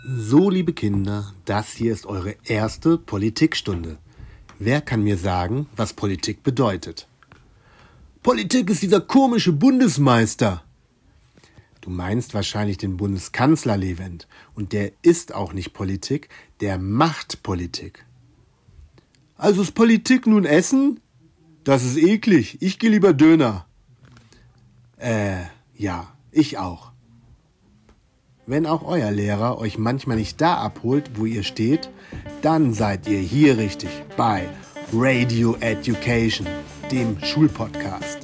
So, liebe Kinder, das hier ist eure erste Politikstunde. Wer kann mir sagen, was Politik bedeutet? Politik ist dieser komische Bundesmeister. Du meinst wahrscheinlich den Bundeskanzler Levent. Und der ist auch nicht Politik, der macht Politik. Also ist Politik nun Essen? Das ist eklig. Ich gehe lieber Döner. Ja, ich auch. Wenn auch euer Lehrer euch manchmal nicht da abholt, wo ihr steht, dann seid ihr hier richtig bei Radio Education, dem Schulpodcast.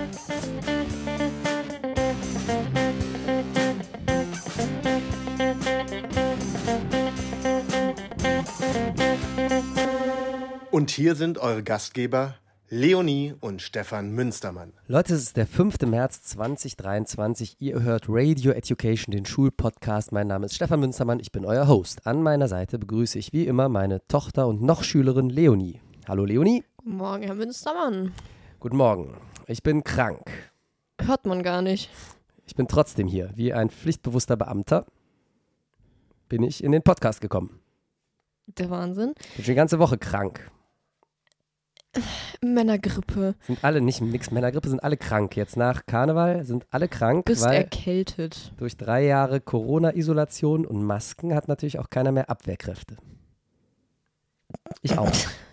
Und hier sind eure Gastgeber Leonie und Stefan Münstermann. Leute, es ist der 5. März 2023. Ihr hört Radio Education, den Schulpodcast. Mein Name ist Stefan Münstermann, ich bin euer Host. An meiner Seite begrüße ich wie immer meine Tochter und noch Schülerin Leonie. Hallo Leonie. Guten Morgen, Herr Münstermann. Guten Morgen. Ich bin krank. Hört man gar nicht. Ich bin trotzdem hier. Wie ein pflichtbewusster Beamter bin ich in den Podcast gekommen. Der Wahnsinn. Ich bin schon die ganze Woche krank. Männergrippe. Sind alle, nix Männergrippe, sind alle krank. Jetzt nach Karneval sind alle krank, Bist weil erkältet. durch 3 Jahre Corona-Isolation und Masken hat natürlich auch keiner mehr Abwehrkräfte. Ich auch.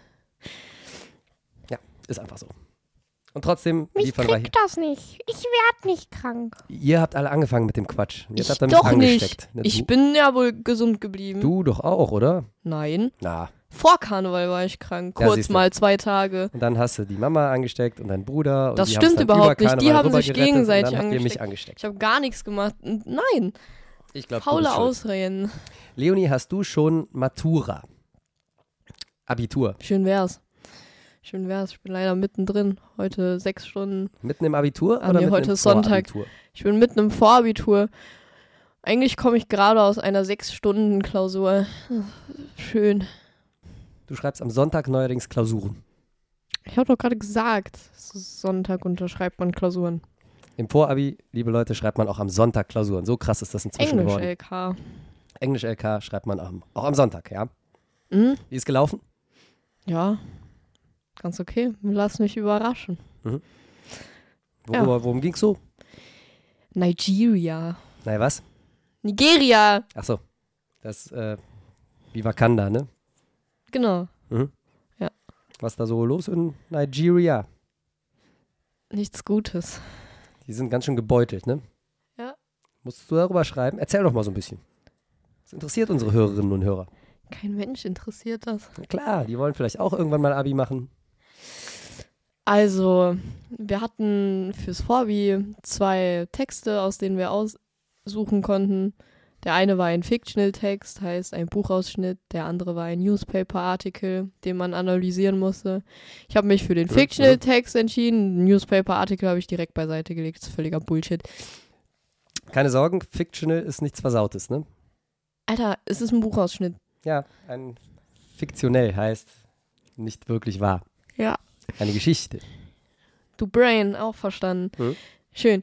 Ja, ist einfach so. Und trotzdem Mich liefern wir hier. kriegt das nicht. Ich werd nicht krank. Ihr habt alle angefangen mit dem Quatsch. Jetzt Ich habt ihr mich doch angesteckt. nicht. Ich bin ja wohl gesund geblieben. Du doch auch, oder? Nein. Na. Vor Karneval war ich krank. Ja, Kurz siehste. mal 2 Tage. Und dann hast du die Mama angesteckt und deinen Bruder. Und Das die stimmt haben's dann überhaupt über nicht. Die Karneval haben sich rübergerettet gegenseitig und dann habt ihr mich angesteckt. angesteckt. Ich habe gar nichts gemacht. Nein. Ich glaube, Faule Ausreden. Leonie, hast du schon Matura? Abitur? Schön wär's. Schön wär's. Ich bin leider mittendrin. Heute 6 Stunden. Mitten im Abitur Ah, oder nee, mitten heute im ist Sonntag. Vorabitur? Ich bin mitten im Vorabitur. Eigentlich komme ich gerade aus einer 6-Stunden-Klausur. Schön. Du schreibst am Sonntag neuerdings Klausuren. Ich habe doch gerade gesagt, es ist Sonntag, unterschreibt man Klausuren. Im Vorabi, liebe Leute, schreibt man auch am Sonntag Klausuren. So krass ist das inzwischen Englisch geworden. LK. Englisch LK schreibt man auch am Sonntag, ja? Mhm. Wie ist gelaufen? Ja, ganz okay. Lass mich überraschen. Worum ging's so? Nigeria. Naja, was? Nigeria. Achso, das wie Wakanda, ne? Genau. Was da so los in Nigeria? Nichts Gutes. Die sind ganz schön gebeutelt, ne? Ja. Musstest du darüber schreiben? Erzähl doch mal so ein bisschen. Das interessiert unsere Hörerinnen und Hörer. Kein Mensch interessiert das. Na klar, die wollen vielleicht auch irgendwann mal Abi machen. Also, wir hatten fürs Vorbi 2 Texte, aus denen wir aussuchen konnten. Der eine war ein Fictional-Text, heißt ein Buchausschnitt. Der andere war ein Newspaper-Artikel, den man analysieren musste. Ich habe mich für den Fictional-Text entschieden. Den Newspaper-Artikel habe ich direkt beiseite gelegt. Das ist völliger Bullshit. Keine Sorgen, Fictional ist nichts Versautes, ne? Alter, es ist ein Buchausschnitt. Ja, ein fiktionell heißt nicht wirklich wahr. Ja. Eine Geschichte. Du Brain, auch verstanden. Mhm. Schön.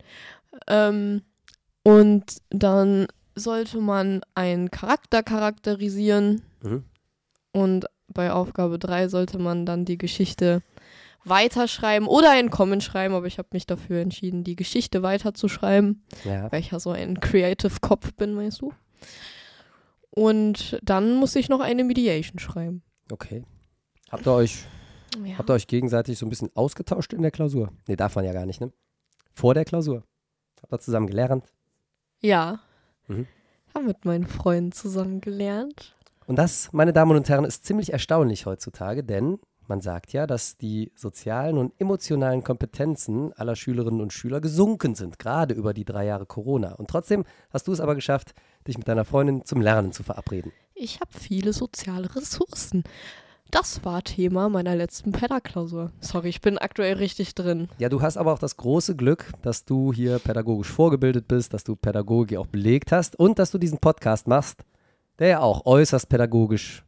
Und dann sollte man einen Charakter charakterisieren. Mhm. Und bei Aufgabe 3 sollte man dann die Geschichte weiterschreiben oder einen Comment schreiben, aber ich habe mich dafür entschieden, die Geschichte weiterzuschreiben, Ja. weil ich ja so ein Creative Kopf bin, weißt du. Und dann musste ich noch eine Mediation schreiben. Okay. Habt ihr euch Ja. gegenseitig so ein bisschen ausgetauscht in der Klausur? Nee, darf man ja gar nicht, ne? Vor der Klausur. Habt ihr zusammen gelernt? Ja. Mhm. Haben mit meinen Freunden zusammen gelernt. Und das, meine Damen und Herren, ist ziemlich erstaunlich heutzutage, denn man sagt ja, dass die sozialen und emotionalen Kompetenzen aller Schülerinnen und Schüler gesunken sind, gerade über die 3 Jahre Corona. Und trotzdem hast du es aber geschafft, dich mit deiner Freundin zum Lernen zu verabreden. Ich habe viele soziale Ressourcen. Das war Thema meiner letzten Pedda-Klausur. Sorry, ich bin aktuell richtig drin. Ja, du hast aber auch das große Glück, dass du hier pädagogisch vorgebildet bist, dass du Pädagogik auch belegt hast und dass du diesen Podcast machst, der ja auch äußerst pädagogisch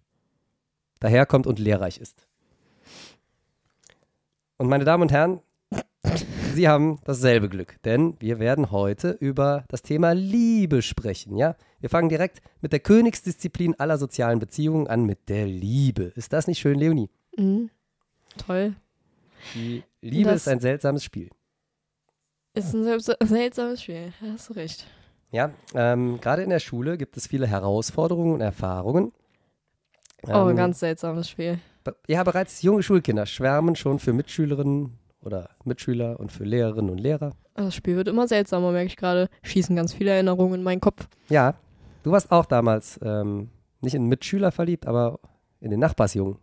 daherkommt und lehrreich ist. Und meine Damen und Herren, Sie haben dasselbe Glück, denn wir werden heute über das Thema Liebe sprechen, ja? Wir fangen direkt mit der Königsdisziplin aller sozialen Beziehungen an, mit der Liebe. Ist das nicht schön, Leonie? Mhm. Toll. Die Liebe ist ein seltsames Spiel. Ist ein seltsames Spiel, da hast du recht. Ja, gerade in der Schule gibt es viele Herausforderungen und Erfahrungen. Ein ganz seltsames Spiel. Ja, bereits junge Schulkinder schwärmen schon für Mitschülerinnen oder Mitschüler und für Lehrerinnen und Lehrer. Das Spiel wird immer seltsamer, merke ich gerade. Schießen ganz viele Erinnerungen in meinen Kopf. Ja, du warst auch damals nicht in Mitschüler verliebt, aber in den Nachbarsjungen.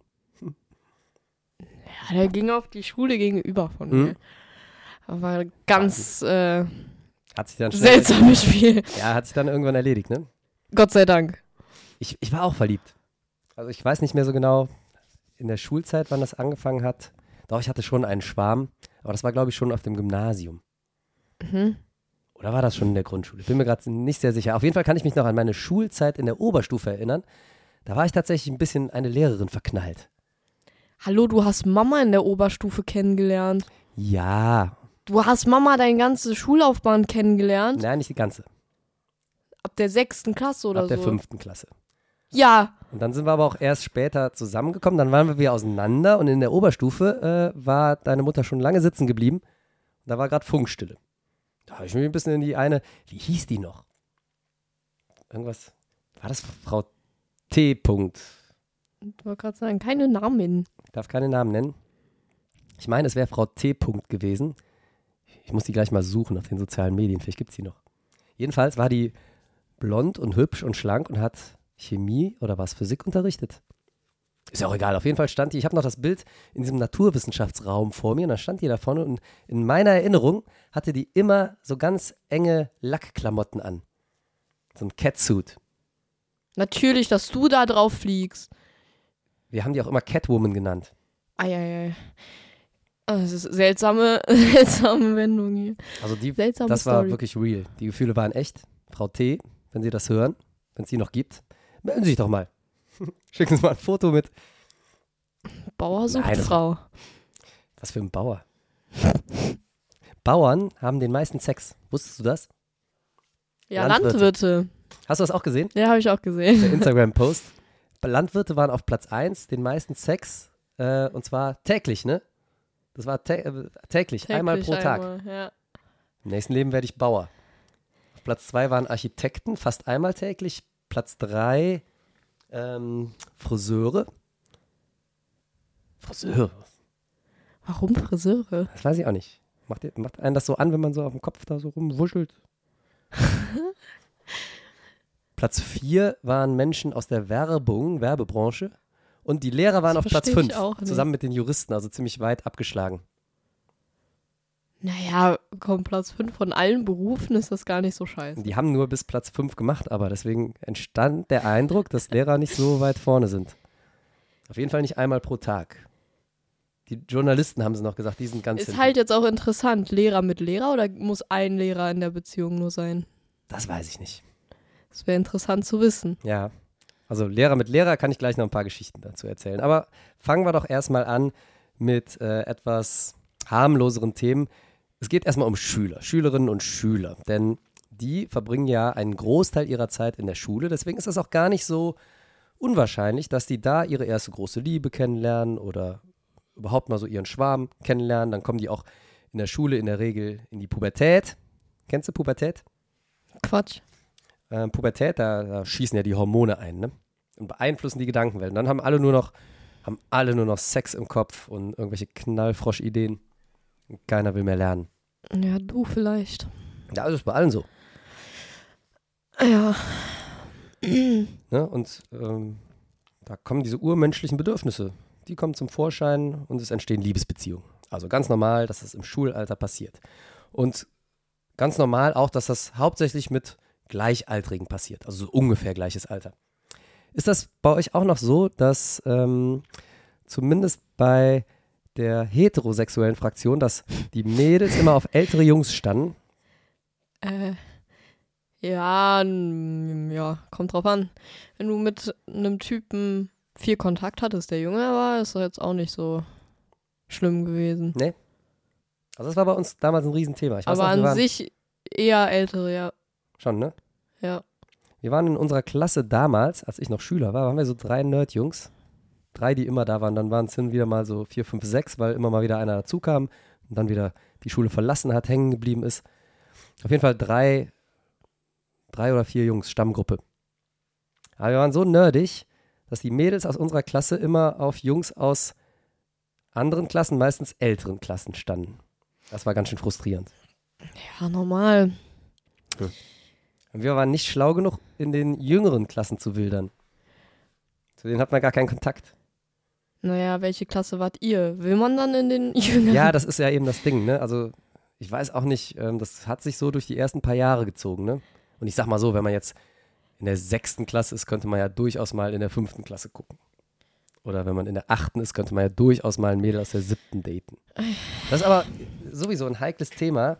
Ja, der ging auf die Schule gegenüber von mir. Aber ganz Hat sich dann schnell seltsames Spiel. Ja, hat sich dann irgendwann erledigt, ne? Gott sei Dank. Ich war auch verliebt. Also ich weiß nicht mehr so genau in der Schulzeit, wann das angefangen hat. Doch, ich hatte schon einen Schwarm, aber das war, glaube ich, schon auf dem Gymnasium. Mhm. Oder war das schon in der Grundschule? Bin mir gerade nicht sehr sicher. Auf jeden Fall kann ich mich noch an meine Schulzeit in der Oberstufe erinnern. Da war ich tatsächlich ein bisschen eine Lehrerin verknallt. Hallo, du hast Mama in der Oberstufe kennengelernt. Ja. Du hast Mama deine ganze Schullaufbahn kennengelernt. Nein, nicht die ganze. Ab der 6. Klasse oder Ab der so. 5. Klasse. Ja. Und dann sind wir aber auch erst später zusammengekommen. Dann waren wir wieder auseinander und in der Oberstufe war deine Mutter schon lange sitzen geblieben. Und da war gerade Funkstille. Da habe ich mich ein bisschen in die eine, wie hieß die noch? Irgendwas, war das Frau T. Punkt? Ich wollte gerade sagen, keine Namen. Ich darf keine Namen nennen. Ich meine, es wäre Frau T. Punkt gewesen. Ich muss die gleich mal suchen auf den sozialen Medien, vielleicht gibt es die noch. Jedenfalls war die blond und hübsch und schlank und hat Chemie oder was, Physik unterrichtet. Ist ja auch egal, auf jeden Fall stand die, ich habe noch das Bild in diesem Naturwissenschaftsraum vor mir und da stand die da vorne und in meiner Erinnerung hatte die immer so ganz enge Lackklamotten an. So ein Catsuit. Natürlich, dass du da drauf fliegst. Wir haben die auch immer Catwoman genannt. Eieiei. Das ist seltsame Wendung hier. Also Seltsame das war Story. wirklich real. Die Gefühle waren echt. Frau T., wenn Sie das hören, wenn es die noch gibt, melden Sie sich doch mal. Schicken Sie mal ein Foto mit. Bauer sucht Nein, Frau. Was für ein Bauer. Bauern haben den meisten Sex. Wusstest du das? Ja, Landwirte. Landwirte. Hast du das auch gesehen? Ja, habe ich auch gesehen. Der Instagram-Post. Landwirte waren auf Platz 1, den meisten Sex. Und zwar täglich, ne? Das war täglich, einmal pro Tag. Ja. Im nächsten Leben werde ich Bauer. Auf Platz 2 waren Architekten, fast einmal täglich. Platz 3 Friseure. Friseure? Warum Friseure? Das weiß ich auch nicht. Macht einen das so an, wenn man so auf dem Kopf da so rumwuschelt? Platz 4 waren Menschen aus der Werbebranche. Und die Lehrer waren Das auf Platz verstehe ich 5, auch nicht. zusammen mit den Juristen, also ziemlich weit abgeschlagen. Naja, komm, Platz 5 von allen Berufen ist das gar nicht so scheiße. Die haben nur bis Platz 5 gemacht, aber deswegen entstand der Eindruck, dass Lehrer nicht so weit vorne sind. Auf jeden Fall nicht einmal pro Tag. Die Journalisten haben sie noch gesagt, die sind ganz Ist hinten. halt jetzt auch interessant, Lehrer mit Lehrer oder muss ein Lehrer in der Beziehung nur sein? Das weiß ich nicht. Das wäre interessant zu wissen. Ja, also Lehrer mit Lehrer kann ich gleich noch ein paar Geschichten dazu erzählen. Aber fangen wir doch erstmal an mit etwas harmloseren Themen. Es geht erstmal um Schüler, Schülerinnen und Schüler, denn die verbringen ja einen Großteil ihrer Zeit in der Schule. Deswegen ist es auch gar nicht so unwahrscheinlich, dass die da ihre erste große Liebe kennenlernen oder überhaupt mal so ihren Schwarm kennenlernen. Dann kommen die auch in der Schule in der Regel in die Pubertät. Kennst du Pubertät? Quatsch. Pubertät, da schießen ja die Hormone ein, ne? Und beeinflussen die Gedankenwelt. Und dann haben alle nur noch Sex im Kopf und irgendwelche Knallfrosch-Ideen. Und keiner will mehr lernen. Ja, du vielleicht. Ja, das ist bei allen so. Ja. Ne? Und da kommen diese urmenschlichen Bedürfnisse. Die kommen zum Vorschein und es entstehen Liebesbeziehungen. Also ganz normal, dass das im Schulalter passiert. Und ganz normal auch, dass das hauptsächlich mit Gleichaltrigen passiert. Also so ungefähr gleiches Alter. Ist das bei euch auch noch so, dass zumindest bei der heterosexuellen Fraktion, dass die Mädels immer auf ältere Jungs standen? Ja, kommt drauf an. Wenn du mit einem Typen viel Kontakt hattest, der jünger war, ist das jetzt auch nicht so schlimm gewesen. Nee? Also das war bei uns damals ein Riesenthema. Ich weiß Aber noch, wir an waren, sich eher ältere, ja. schon, ne? Ja. Wir waren in unserer Klasse damals, als ich noch Schüler war, waren wir so 3 Nerd-Jungs. 3, die immer da waren. Dann waren es hin wieder mal so 4, 5, 6, weil immer mal wieder einer dazu kam und dann wieder die Schule verlassen hat, hängen geblieben ist. Auf jeden Fall 3 oder 4 Jungs, Stammgruppe. Aber wir waren so nerdig, dass die Mädels aus unserer Klasse immer auf Jungs aus anderen Klassen, meistens älteren Klassen standen. Das war ganz schön frustrierend. Ja, normal. Und wir waren nicht schlau genug, in den jüngeren Klassen zu wildern. Zu denen hat man gar keinen Kontakt. Naja, welche Klasse wart ihr? Will man dann in den Jüngeren? Ja, das ist ja eben das Ding, ne? Also, ich weiß auch nicht, das hat sich so durch die ersten paar Jahre gezogen, ne? Und ich sag mal so, wenn man jetzt in der 6. Klasse ist, könnte man ja durchaus mal in der 5. Klasse gucken. Oder wenn man in der 8. ist, könnte man ja durchaus mal ein Mädel aus der 7. daten. Das ist aber sowieso ein heikles Thema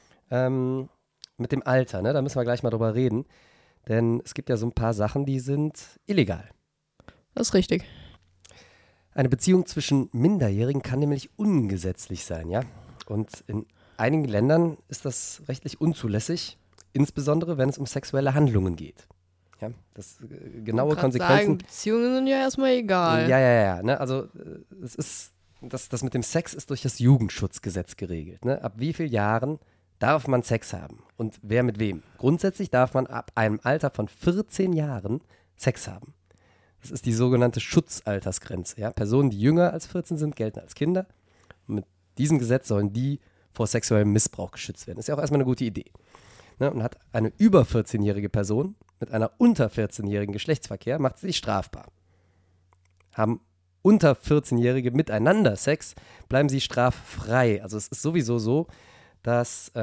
mit dem Alter, ne? Da müssen wir gleich mal drüber reden. Denn es gibt ja so ein paar Sachen, die sind illegal. Das ist richtig. Eine Beziehung zwischen Minderjährigen kann nämlich ungesetzlich sein, ja. Und in einigen Ländern ist das rechtlich unzulässig, insbesondere wenn es um sexuelle Handlungen geht. Ja, das genaue Konsequenzen. Sagen, Beziehungen sind ja erstmal egal. Ja. Ne? Also es ist, das mit dem Sex ist durch das Jugendschutzgesetz geregelt. Ne? Ab wie vielen Jahren darf man Sex haben und wer mit wem? Grundsätzlich darf man ab einem Alter von 14 Jahren Sex haben. Das ist die sogenannte Schutzaltersgrenze. Ja? Personen, die jünger als 14 sind, gelten als Kinder. Und mit diesem Gesetz sollen die vor sexuellem Missbrauch geschützt werden. Ist ja auch erstmal eine gute Idee. Ne? Und hat eine über 14-jährige Person mit einer unter 14-jährigen Geschlechtsverkehr, macht sie sich strafbar. Haben unter 14-Jährige miteinander Sex, bleiben sie straffrei. Also es ist sowieso so, dass,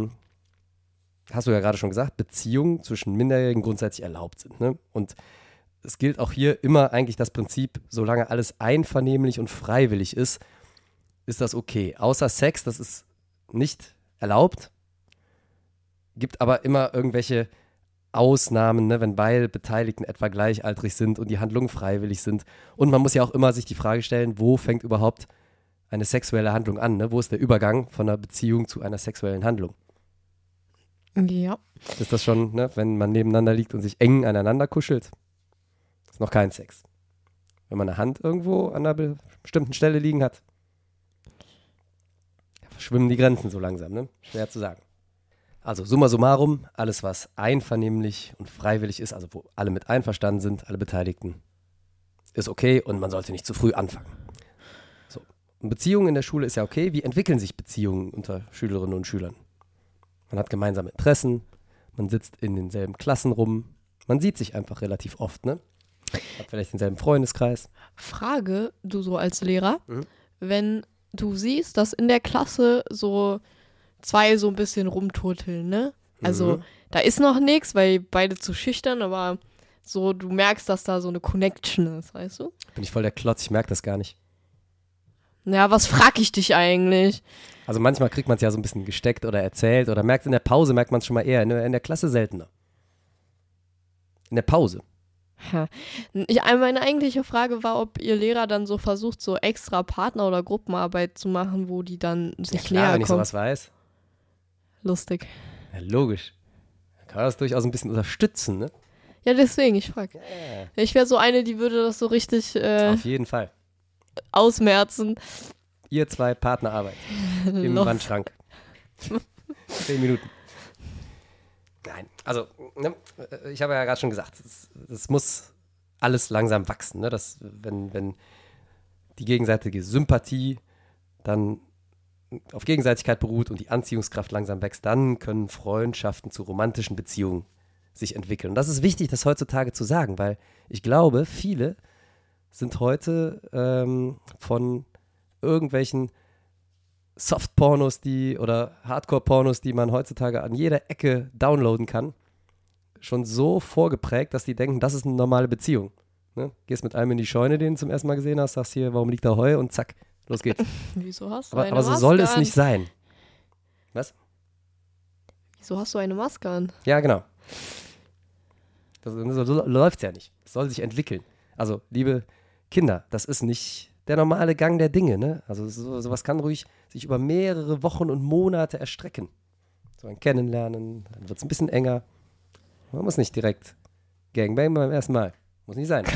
hast du ja gerade schon gesagt, Beziehungen zwischen Minderjährigen grundsätzlich erlaubt sind. Ne? Und es gilt auch hier immer eigentlich das Prinzip, solange alles einvernehmlich und freiwillig ist das okay. Außer Sex, das ist nicht erlaubt, gibt aber immer irgendwelche Ausnahmen, ne, wenn beide Beteiligten etwa gleichaltrig sind und die Handlungen freiwillig sind. Und man muss ja auch immer sich die Frage stellen, wo fängt überhaupt eine sexuelle Handlung an? Ne? Wo ist der Übergang von einer Beziehung zu einer sexuellen Handlung? Ja. Ist das schon, ne, wenn man nebeneinander liegt und sich eng aneinander kuschelt? Ist noch kein Sex. Wenn man eine Hand irgendwo an einer bestimmten Stelle liegen hat, verschwimmen die Grenzen so langsam, ne? Schwer zu sagen. Also summa summarum, alles was einvernehmlich und freiwillig ist, also wo alle mit einverstanden sind, alle Beteiligten, ist okay und man sollte nicht zu früh anfangen. So. Und Beziehungen in der Schule ist ja okay. Wie entwickeln sich Beziehungen unter Schülerinnen und Schülern? Man hat gemeinsame Interessen, man sitzt in denselben Klassen rum, man sieht sich einfach relativ oft, ne? Hat vielleicht denselben Freundeskreis. Frage, du so als Lehrer, wenn du siehst, dass in der Klasse so 2 so ein bisschen rumturteln, ne? Also da ist noch nichts, weil beide zu schüchtern, aber so du merkst, dass da so eine Connection ist, weißt du? Bin ich voll der Klotz, ich merke das gar nicht. Ja, was frag ich dich eigentlich? Also manchmal kriegt man es ja so ein bisschen gesteckt oder erzählt oder merkt in der Pause, merkt man es schon mal eher, in der Klasse seltener. In der Pause. Ja. Meine eigentliche Frage war, ob ihr Lehrer dann so versucht, so extra Partner- oder Gruppenarbeit zu machen, wo die dann sich Ja klar, näher wenn ich kommen. sowas weiß. Lustig. Ja, logisch. Man kann das durchaus ein bisschen unterstützen, ne? Ja, deswegen, ich frage. Ja. Ich wäre so eine, die würde das so richtig Auf jeden Fall. ausmerzen. Ihr 2 Partnerarbeit im Noch. Wandschrank. 10 Minuten. Nein, also, ne, ich habe ja gerade schon gesagt, es muss alles langsam wachsen. Ne? Wenn die gegenseitige Sympathie dann auf Gegenseitigkeit beruht und die Anziehungskraft langsam wächst, dann können Freundschaften zu romantischen Beziehungen sich entwickeln. Und das ist wichtig, das heutzutage zu sagen, weil ich glaube, viele sind heute von irgendwelchen Softpornos oder Hardcore-Pornos, die man heutzutage an jeder Ecke downloaden kann, schon so vorgeprägt, dass die denken, das ist eine normale Beziehung. Ne? Gehst mit einem in die Scheune, den du zum ersten Mal gesehen hast, sagst hier, warum liegt da Heu und zack, los geht's. Wieso hast du Aber, eine aber so Maske soll es an? nicht sein. Was? Wieso hast du eine Maske an? Ja, genau. So läuft es ja nicht. Es soll sich entwickeln. Also, liebe Kinder, das ist nicht der normale Gang der Dinge, ne? Also sowas kann ruhig sich über mehrere Wochen und Monate erstrecken. So ein Kennenlernen, dann wird es ein bisschen enger. Man muss nicht direkt Gangbang beim ersten Mal. Muss nicht sein.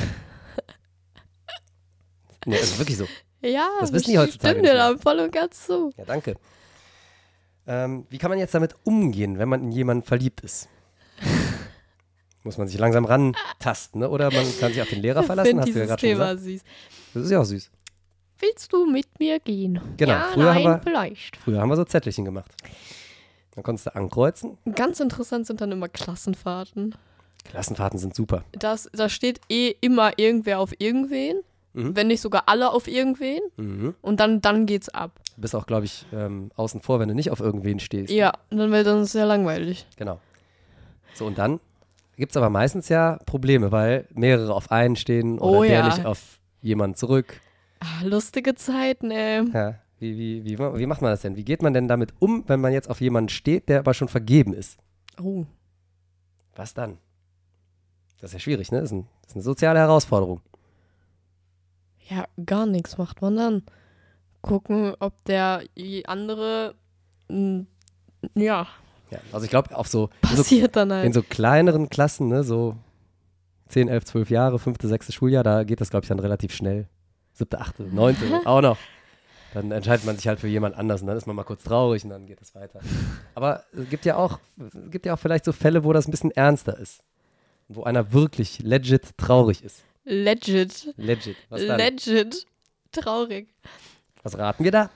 Nee, also wirklich so. Ja, das wissen die heutzutage stimmt nicht dir mehr. da voll und ganz zu. Ja, danke. Wie kann man jetzt damit umgehen, wenn man in jemanden verliebt ist? Muss man sich langsam rantasten, ne? Oder man kann sich auf den Lehrer verlassen, hast du ja gerade schon Thema gesagt. süß. Das ist ja auch süß. Willst du mit mir gehen? Genau, Ja, früher nein, vielleicht. haben wir so Zettelchen gemacht. Dann konntest du ankreuzen. Ganz interessant sind dann immer Klassenfahrten. Klassenfahrten sind super. Da steht immer irgendwer auf irgendwen, wenn nicht sogar alle auf irgendwen. Und dann geht's ab. Du bist auch, glaube ich, außen vor, wenn du nicht auf irgendwen stehst. Ja, und dann wird das sehr langweilig. Genau. So, und dann gibt es aber meistens ja Probleme, weil mehrere auf einen stehen oder der nicht auf jemanden zurück. Lustige Zeiten, ey. Ja, wie macht man das denn? Wie geht man denn damit um, wenn man jetzt auf jemanden steht, der aber schon vergeben ist? Oh. Was dann? Das ist ja schwierig, ne? Das ist eine soziale Herausforderung. Ja, gar nichts macht man dann. Gucken, ob der andere, Ja, also ich glaube, auf passiert dann halt. in so kleineren Klassen, ne, so 10, 11, 12 Jahre, 5., 6. Schuljahr, da geht das, glaube ich, dann relativ schnell. 7., 8., 9. auch noch. Dann entscheidet man sich halt für jemand anders und dann ist man mal kurz traurig und dann geht es weiter. Aber es gibt ja auch vielleicht so Fälle, wo das ein bisschen ernster ist. Wo einer wirklich legit traurig ist. Legit. Was dann? Legit. Traurig. Was raten wir da?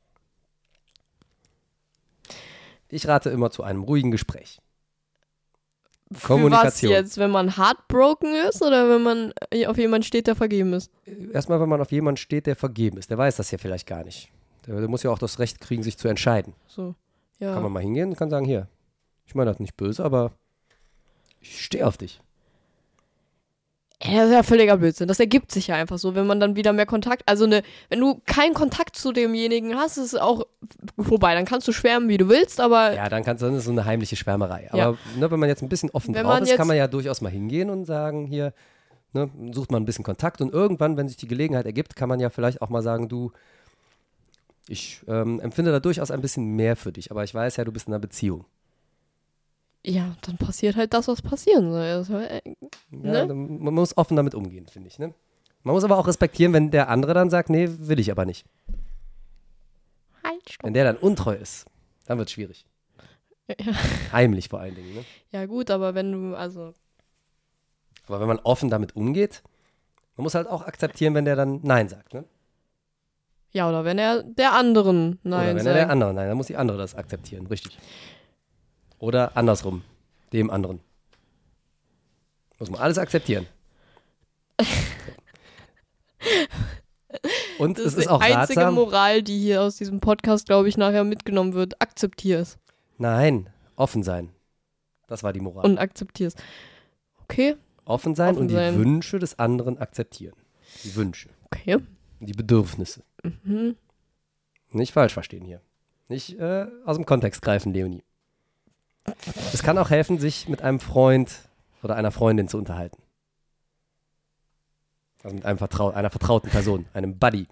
Ich rate immer zu einem ruhigen Gespräch. Kommunikation. Für was jetzt? Wenn man heartbroken ist oder wenn man auf jemanden steht, der vergeben ist? Erstmal, wenn man auf jemanden steht, der vergeben ist. Der weiß das ja vielleicht gar nicht. Der muss ja auch das Recht kriegen, sich zu entscheiden. So, ja. Kann man mal hingehen und kann sagen, hier, ich meine das nicht böse, aber ich stehe auf dich. Ja, das ist ja völliger Blödsinn. Das ergibt sich ja einfach so, wenn man dann wieder mehr Kontakt, wenn du keinen Kontakt zu demjenigen hast, ist es auch vorbei. Dann kannst du schwärmen, wie du willst, aber Ja, dann ist es so eine heimliche Schwärmerei. Ja. Aber ne, wenn man jetzt ein bisschen offen Wenn drauf man ist, jetzt- kann man ja durchaus mal hingehen und sagen, hier, ne, sucht man ein bisschen Kontakt und irgendwann, wenn sich die Gelegenheit ergibt, kann man ja vielleicht auch mal sagen, du, ich empfinde da durchaus ein bisschen mehr für dich, aber ich weiß ja, du bist in einer Beziehung. ja, dann passiert halt das, was passieren soll. Ja, man muss offen damit umgehen, finde ich. Ne? Man muss aber auch respektieren, wenn der andere dann sagt, nee, will ich aber nicht. Halt, stopp. Wenn der dann untreu ist, dann wird es schwierig. Ja. Heimlich vor allen Dingen. Ne? Ja gut, aber wenn du, Aber wenn man offen damit umgeht, man muss halt auch akzeptieren, wenn der dann Nein sagt. Ne? ja, oder wenn er der anderen Nein Oder wenn er sagt. der andere Nein, dann muss die andere das akzeptieren, richtig. Oder andersrum, dem anderen. Muss man alles akzeptieren. Und Das es ist ist die auch einzige ratsam. Moral, die hier aus diesem Podcast, glaube ich, nachher mitgenommen wird. Akzeptier es. Nein, offen sein. Das war die Moral. Und akzeptier es. Okay, Offen sein offen und sein. die Wünsche des anderen akzeptieren. Die Wünsche. okay. Und die Bedürfnisse. Nicht falsch verstehen hier. Nicht aus dem Kontext greifen, Leonie. Es kann auch helfen, sich mit einem Freund oder einer Freundin zu unterhalten. Also mit einer vertrauten Person, einem Buddy.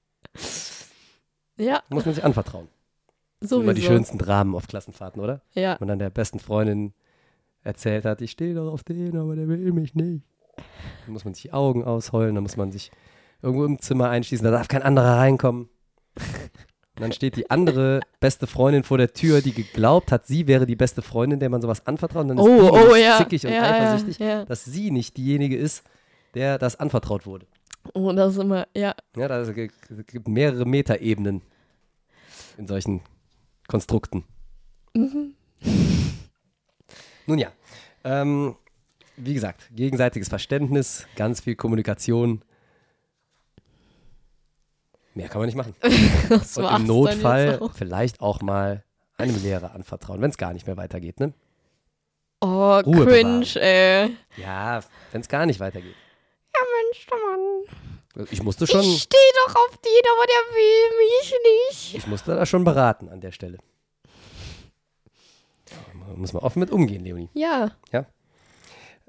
Ja, Muss man sich anvertrauen. sowieso. Immer die schönsten Dramen auf Klassenfahrten, oder? Ja, Man dann der besten Freundin erzählt hat, ich stehe doch auf den, aber der will mich nicht. Dann muss man sich die Augen ausheulen, dann muss man sich irgendwo im Zimmer einschließen, da darf kein anderer reinkommen. Und dann steht die andere beste Freundin vor der Tür, die geglaubt hat, sie wäre die beste Freundin, der man sowas anvertraut. Und dann ist die nämlich ja. zickig und ja, eifersüchtig, Ja. dass sie nicht diejenige ist, der das anvertraut wurde. Oh, das ist immer, ja. Ja, da gibt mehrere Metaebenen in solchen Konstrukten. Nun ja, wie gesagt, gegenseitiges Verständnis, ganz viel Kommunikation. Mehr kann man nicht machen. Das Und war's im dann Notfall jetzt auch. vielleicht auch mal einem Lehrer anvertrauen, wenn es gar nicht mehr weitergeht. Ne? Oh, Ruhe cringe, ey. Ja, wenn es gar nicht weitergeht. Mensch, Mann. Ich musste schon, Ich stehe doch auf den, aber der will mich nicht. ich musste da schon beraten an der Stelle. Da muss man offen mit umgehen, Leonie. Ja.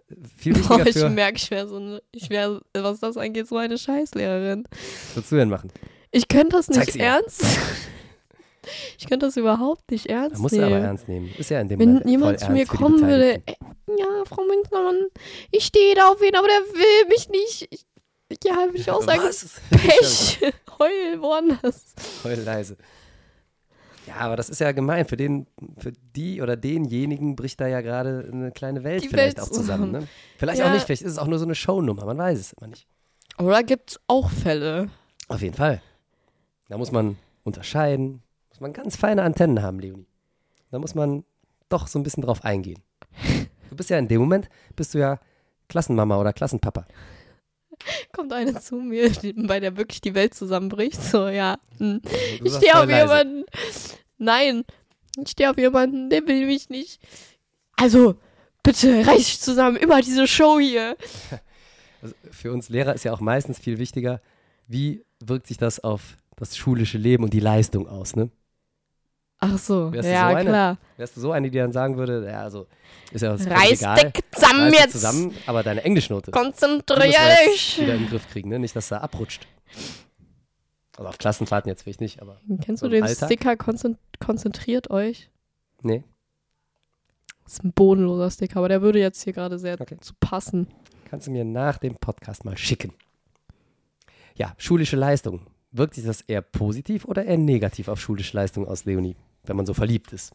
viel wichtiger Ich für... merke, ich wäre, was das angeht, so eine Scheißlehrerin. Was würdest du denn machen? Ich könnte das Zeig's nicht ihr. ernst. Ich könnte das überhaupt nicht ernst Da musst du nehmen. aber ernst nehmen. Ist ja in dem Wenn Moment voll jemand zu mir ernst für die kommen würde, Beteiligten. ja, Frau Münzmann, ich stehe da auf ihn, aber der will mich nicht. Ja, würde ich auch sagen, Was? Pech, heul woanders. Voll leise. Ja, aber das ist ja gemein. Für die oder denjenigen bricht da ja gerade eine kleine Welt Die vielleicht Welt auch zusammen. Ne? Vielleicht Ja. auch nicht, vielleicht ist es auch nur so eine Shownummer, man weiß es immer nicht. Oder gibt es auch Fälle? Auf jeden Fall. Da muss man unterscheiden, muss man ganz feine Antennen haben, Leonie. Da muss man doch so ein bisschen drauf eingehen. Du bist ja in dem Moment, bist du ja Klassenmama oder Klassenpapa. Kommt eine zu mir, bei der wirklich die Welt zusammenbricht. So, ja. Du Ich sagst stehe voll auf leise. jemanden. Nein, ich stehe auf jemanden, der will mich nicht. Also, bitte, reiß dich zusammen, immer diese Show hier. Also für uns Lehrer ist ja auch meistens viel wichtiger, wie wirkt sich das auf das schulische Leben und die Leistung aus, ne? Ach so, Wärst du ja, so eine? klar. Wärst du so eine, die dann sagen würde, ja, also ist ja völlig Reiß egal, dich zusammen reiß dich jetzt. zusammen, aber deine Englischnote, die Konzentrier müssen wir jetzt dich. wieder in den Griff kriegen, ne? Nicht, dass da abrutscht. Also auf Klassenfahrten jetzt vielleicht nicht, aber Kennst so du im den Alltag? Sticker konzentriert euch? nee. Das ist ein bodenloser Sticker, aber der würde jetzt hier gerade sehr Okay. zu passen. Kannst du mir nach dem Podcast mal schicken. Ja, schulische Leistung. Wirkt sich das eher positiv oder eher negativ auf schulische Leistung aus, Leonie, wenn man so verliebt ist?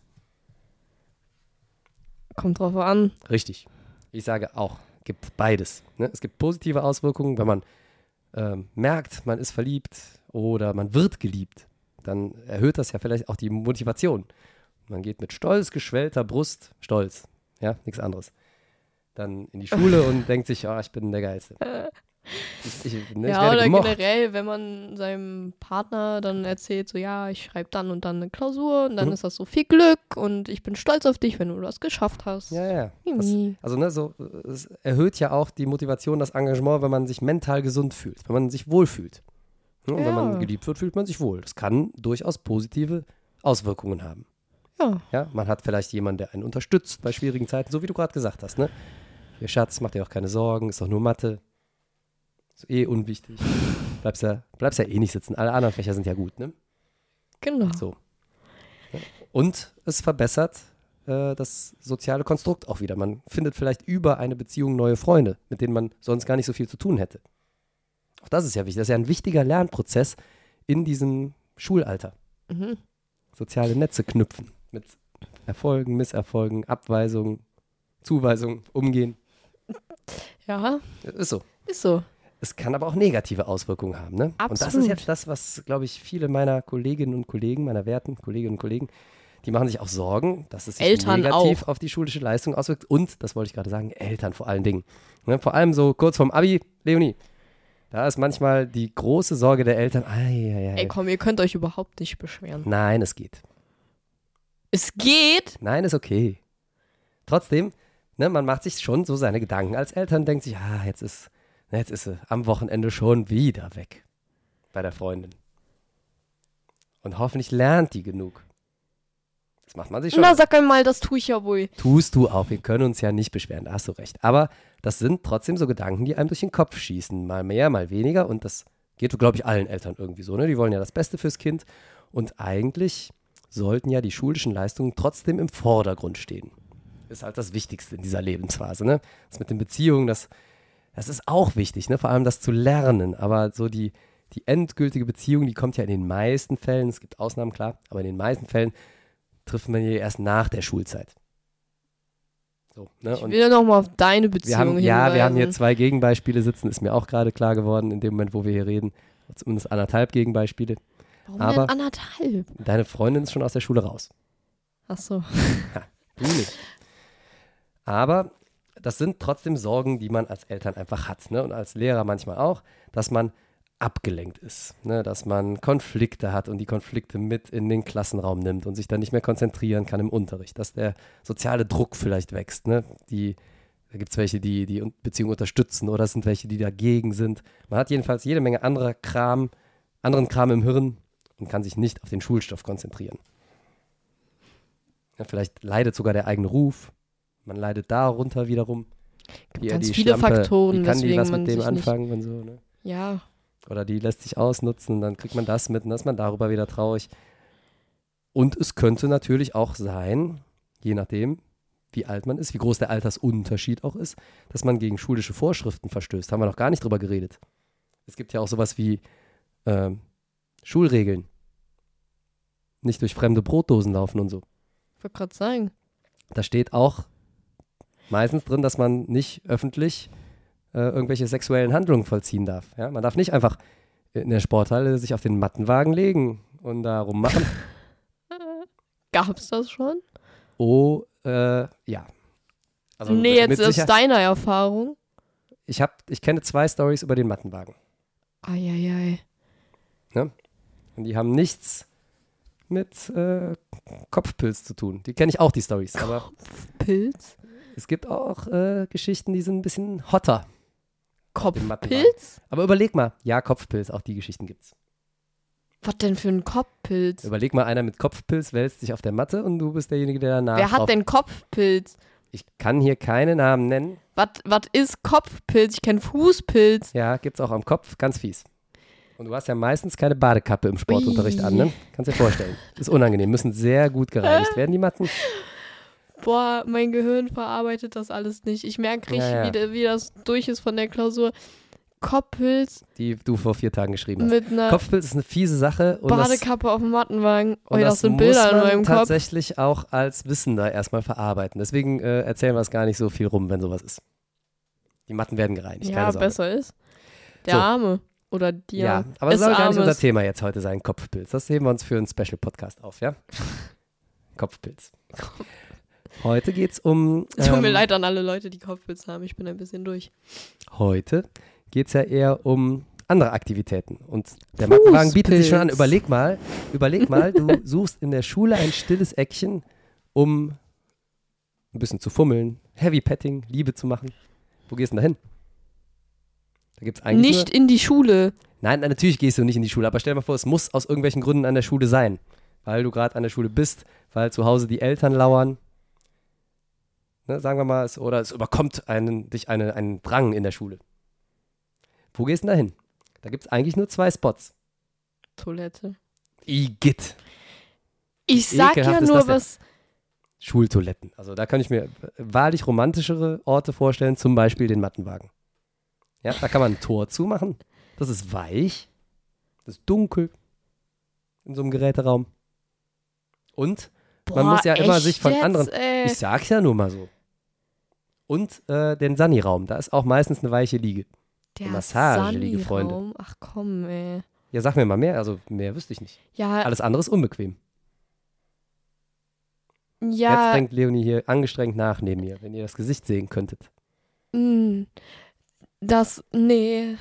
Kommt drauf an. Richtig. Ich sage auch, gibt beides. Ne? Es gibt positive Auswirkungen, wenn man merkt, man ist verliebt oder man wird geliebt. Dann erhöht das ja vielleicht auch die Motivation. Man geht mit stolz geschwellter Brust, stolz, ja, nichts anderes, dann in die Schule und denkt sich, oh, ich bin der Geilste. Ich Ja, werde oder gemocht. generell, wenn man seinem Partner dann erzählt, so ja, ich schreibe dann und dann eine Klausur und dann ist das so viel Glück und ich bin stolz auf dich, wenn du das geschafft hast. Ja. Mimi. Also ne, so, es erhöht ja auch die Motivation, das Engagement, wenn man sich mental gesund fühlt, wenn man sich wohlfühlt. Ne? Und wenn Ja. man geliebt wird, fühlt man sich wohl. Das kann durchaus positive Auswirkungen haben. Ja. Ja, man hat vielleicht jemanden, der einen unterstützt bei schwierigen Zeiten, so wie du gerade gesagt hast. Ne? Ihr Schatz, mach dir auch keine Sorgen, ist doch nur Mathe. Ist eh unwichtig. Bleibst ja eh nicht sitzen. Alle anderen Fächer sind ja gut, ne? Genau. So. Ja. Und es verbessert das soziale Konstrukt auch wieder. Man findet vielleicht über eine Beziehung neue Freunde, mit denen man sonst gar nicht so viel zu tun hätte. Auch das ist ja wichtig. Das ist ja ein wichtiger Lernprozess in diesem Schulalter. Mhm. Soziale Netze knüpfen. Mit Erfolgen, Misserfolgen, Abweisungen, Zuweisungen, umgehen. Ja, Ist so. ist so. Es kann aber auch negative Auswirkungen haben. Ne? Und das ist Absolut. jetzt das, was, glaube ich, viele meiner Kolleginnen und Kollegen, meiner werten Kolleginnen und Kollegen, die machen sich auch Sorgen, dass es sich Eltern negativ auch. auf die schulische Leistung auswirkt. Und, das wollte ich gerade sagen, Eltern vor allen Dingen. Ne? Vor allem so kurz vorm Abi, Leonie, da ist manchmal die große Sorge der Eltern, Ey, komm, ihr könnt euch überhaupt nicht beschweren. nein, es geht. Es geht. Nein, ist okay. Trotzdem, ne, man macht sich schon so seine Gedanken als Eltern, denkt sich, jetzt ist sie am Wochenende schon wieder weg bei der Freundin. Und hoffentlich lernt die genug. Das macht man sich schon. Na, sag einmal, das tue ich ja wohl. Tust du auch, wir können uns ja nicht beschweren, da hast du recht. Aber das sind trotzdem so Gedanken, die einem durch den Kopf schießen. Mal mehr, mal weniger. Und das geht, glaube ich, allen Eltern irgendwie so. Ne? Die wollen ja das Beste fürs Kind. Und eigentlich sollten ja die schulischen Leistungen trotzdem im Vordergrund stehen. Ist halt das Wichtigste in dieser Lebensphase. Ne? Das mit den Beziehungen, das ist auch wichtig, ne? Vor allem das zu lernen. Aber so die endgültige Beziehung, die kommt ja in den meisten Fällen, es gibt Ausnahmen, klar, aber in den meisten Fällen trifft man ja erst nach der Schulzeit. So, ne? Ich will ja noch mal auf deine Beziehung hinweisen. wir haben hier 2 Gegenbeispiele sitzen, ist mir auch gerade klar geworden, in dem Moment, wo wir hier reden. Zumindest 1,5 Gegenbeispiele. Warum aber- denn 1,5? Deine Freundin ist schon aus der Schule raus. Ach so. Du nicht. Aber das sind trotzdem Sorgen, die man als Eltern einfach hat. Ne? Und als Lehrer manchmal auch, dass man abgelenkt ist. Ne? Dass man Konflikte hat und die Konflikte mit in den Klassenraum nimmt und sich dann nicht mehr konzentrieren kann im Unterricht. Dass der soziale Druck vielleicht wächst. Ne? Da gibt es welche, die Beziehungen unterstützen oder es sind welche, die dagegen sind. Man hat jedenfalls jede Menge anderen Kram im Hirn und kann sich nicht auf den Schulstoff konzentrieren. Ja, vielleicht leidet sogar der eigene Ruf. Man leidet darunter wiederum. Gibt Hier ganz die viele Schlampe, Faktoren, wie kann die weswegen was man mit dem sich nicht... anfangen und so, ne? Ja, Oder die lässt sich ausnutzen, dann kriegt man das mit und dann ist man darüber wieder traurig. Und es könnte natürlich auch sein, je nachdem, wie alt man ist, wie groß der Altersunterschied auch ist, dass man gegen schulische Vorschriften verstößt. Haben wir noch gar nicht drüber geredet. Es gibt ja auch sowas wie Schulregeln. Nicht durch fremde Brotdosen laufen und so. ich wollte gerade sagen. Da steht auch meistens drin, dass man nicht öffentlich irgendwelche sexuellen Handlungen vollziehen darf. Ja? Man darf nicht einfach in der Sporthalle sich auf den Mattenwagen legen und da rummachen. Gab's das schon? Oh, ja. Also Nee, jetzt mit aus Sicherheit- deiner Erfahrung. Ich kenne 2 Storys über den Mattenwagen. Eieiei. Und die haben nichts mit Kopfpilz zu tun. Die kenne ich auch, die Storys. Aber Pilz? es gibt auch Geschichten, die sind ein bisschen hotter. Kopfpilz? Aber überleg mal, ja, Kopfpilz, auch die Geschichten gibt's. Was denn für ein Kopfpilz? Überleg mal, einer mit Kopfpilz wälzt sich auf der Matte und du bist derjenige, der danach Wer hat denn Kopfpilz? Ich kann hier keine Namen nennen. Was ist Kopfpilz? Ich kenne Fußpilz. Ja, gibt's auch am Kopf, ganz fies. Und du hast ja meistens keine Badekappe im Sportunterricht an, ne? Kannst dir vorstellen. Ist unangenehm, müssen sehr gut gereinigt werden, die Matten. Boah, mein Gehirn verarbeitet das alles nicht. Ich merke richtig, Ja. wie das durch ist von der Klausur. Kopfpilz Die du vor 4 Tagen geschrieben hast. mit einer Kopfpilz ist eine fiese Sache. Und Badekappe auf dem Mattenwagen. und Das sind Bilder in muss man meinem Kopf. tatsächlich auch als Wissender erstmal verarbeiten. Deswegen erzählen wir es gar nicht so viel rum, wenn sowas ist. Die Matten werden gereinigt, Ja, keine Sorge. besser ist. Der So. Arme. Oder die Ja, aber das es soll gar nicht Armes. unser Thema jetzt heute sein, Kopfpilz. Das heben wir uns für einen Special-Podcast auf, ja? Kopfpilz. Heute geht es um... Tut mir leid an alle Leute, die Kopfpilz haben. Ich bin ein bisschen durch. Heute geht es ja eher um andere Aktivitäten. Und der Mattenwagen bietet sich schon an. Überleg mal, du suchst in der Schule ein stilles Eckchen, um ein bisschen zu fummeln, Heavy Petting, Liebe zu machen. Wo gehst du denn da hin? Da gibt's eigentlich Nicht in die Schule. Nein, natürlich gehst du nicht in die Schule, aber stell dir mal vor, es muss aus irgendwelchen Gründen an der Schule sein. Weil du gerade an der Schule bist, weil zu Hause die Eltern lauern. Ne, sagen wir mal, oder es überkommt dich einen Drang in der Schule. Wo gehst du denn da hin? Da gibt es eigentlich nur 2 Spots. Toilette. Igitt. Ich sag ekelhaft ja ist nur das denn? was. Schultoiletten. Also da kann ich mir wahrlich romantischere Orte vorstellen, zum Beispiel den Mattenwagen. Ja, da kann man ein Tor zumachen. Das ist weich. Das ist dunkel. In so einem Geräteraum. Und man muss ja immer sich von anderen. Ich sag's ja nur mal so. Und den Sani-Raum. Da ist auch meistens eine weiche Liege. Der Massageliege, Freunde. Sani-Raum. Ach komm, ey. Ja, sag mir mal mehr. Also mehr wüsste ich nicht. Ja, Alles andere ist unbequem. Jetzt ja. denkt Leonie hier angestrengt nach neben mir, wenn ihr das Gesicht sehen könntet. Nee.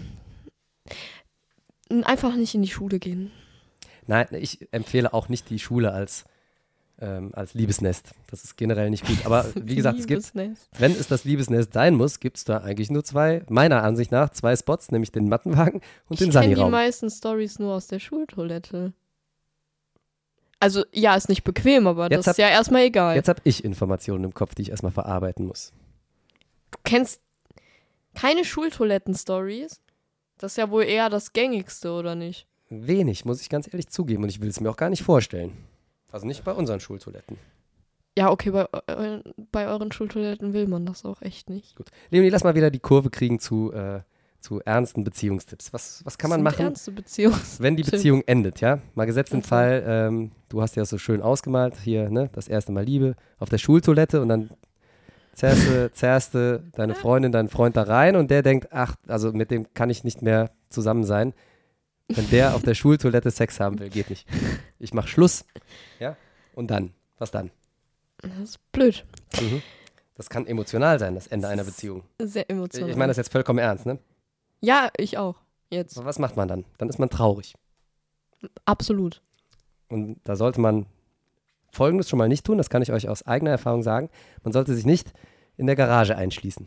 Einfach nicht in die Schule gehen. Nein, ich empfehle auch nicht die Schule als Liebesnest. Das ist generell nicht gut. Aber wie gesagt, Liebesnest. wenn es das Liebesnest sein muss, gibt es da eigentlich nur 2, meiner Ansicht nach, 2 Spots, nämlich den Mattenwagen und den Ich kenne die Sani-Raum. meisten Storys nur aus der Schultoilette. Also, ja, ist nicht bequem, aber das ist ja erstmal egal. Jetzt habe ich Informationen im Kopf, die ich erstmal verarbeiten muss. Du kennst keine Schultoiletten-Stories? Das ist ja wohl eher das Gängigste, oder nicht? Wenig, muss ich ganz ehrlich zugeben. Und ich will es mir auch gar nicht vorstellen. Also nicht bei unseren Schultoiletten. Ja, okay, bei euren Schultoiletten will man das auch echt nicht. Gut. Leonie, lass mal wieder die Kurve kriegen zu ernsten Beziehungstipps. Was kann man Das sind machen, ernste Beziehungen. wenn die Beziehung endet, ja? Mal gesetzt den Ach so. Fall, du hast ja so schön ausgemalt, hier, ne, das erste Mal Liebe auf der Schultoilette und dann zerrst du deine Freundin, deinen Freund da rein und der denkt, ach, also mit dem kann ich nicht mehr zusammen sein. Wenn der auf der Schultoilette Sex haben will, geht nicht. Ich mach Schluss. Ja? Und dann? Was dann? Das ist blöd. Das kann emotional sein, das Ende einer Beziehung. Sehr emotional. Ich meine das jetzt vollkommen ernst, ne? Ja, ich auch. Jetzt. Aber was macht man dann? Dann ist man traurig. Absolut. Und da sollte man Folgendes schon mal nicht tun, das kann ich euch aus eigener Erfahrung sagen. Man sollte sich nicht in der Garage einschließen.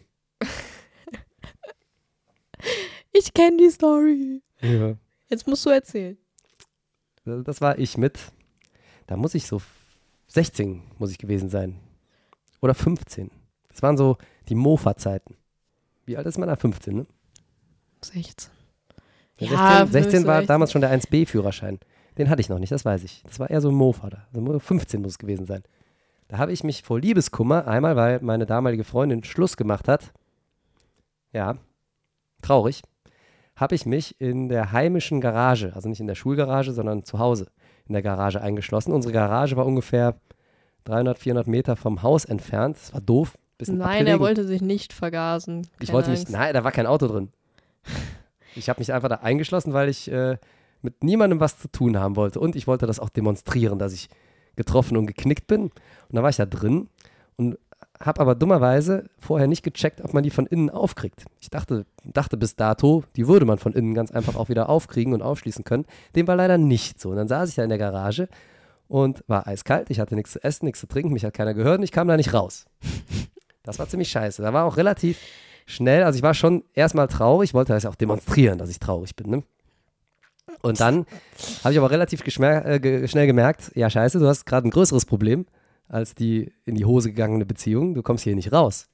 Ich kenne die Story. Ja. Jetzt musst du erzählen. Das war ich mit, da muss ich so 16 muss ich gewesen sein. Oder 15. Das waren so Die Mofa-Zeiten. Wie alt ist man da? 15, ne? 16. Ja, Ja, 16 war 16. damals schon der 1B-Führerschein. Den hatte ich noch nicht, das weiß ich. Das war eher so ein Mofa da. Also 15 muss es gewesen sein. Da habe ich mich vor Liebeskummer, einmal, weil meine damalige Freundin Schluss gemacht hat, ja, traurig, habe ich mich in der heimischen Garage, also nicht in der Schulgarage, sondern zu Hause in der Garage eingeschlossen. Unsere Garage war ungefähr 300, 400 Meter vom Haus entfernt. Das war doof. Bisschen Nein, abgelegen. er wollte sich nicht vergasen. Ich wollte mich, Angst. nein, da war kein Auto drin. Ich habe mich einfach da eingeschlossen, weil ich mit niemandem was zu tun haben wollte. Und ich wollte das auch demonstrieren, dass ich getroffen und geknickt bin. Und dann war ich da drin und habe aber dummerweise vorher nicht gecheckt, ob man die von innen aufkriegt. Ich dachte bis dato, die würde man von innen ganz einfach auch wieder aufkriegen und aufschließen können. Dem war leider nicht so. Und dann saß ich da in der Garage und war eiskalt. Ich hatte nichts zu essen, nichts zu trinken, mich hat keiner gehört und ich kam da nicht raus. Das war ziemlich scheiße. Da war auch relativ schnell, also ich war schon erstmal traurig, wollte das ja auch demonstrieren, dass ich traurig bin, ne? Und dann habe ich aber relativ schnell gemerkt, ja scheiße, du hast gerade ein größeres Problem als die in die Hose gegangene Beziehung. Du kommst hier nicht raus.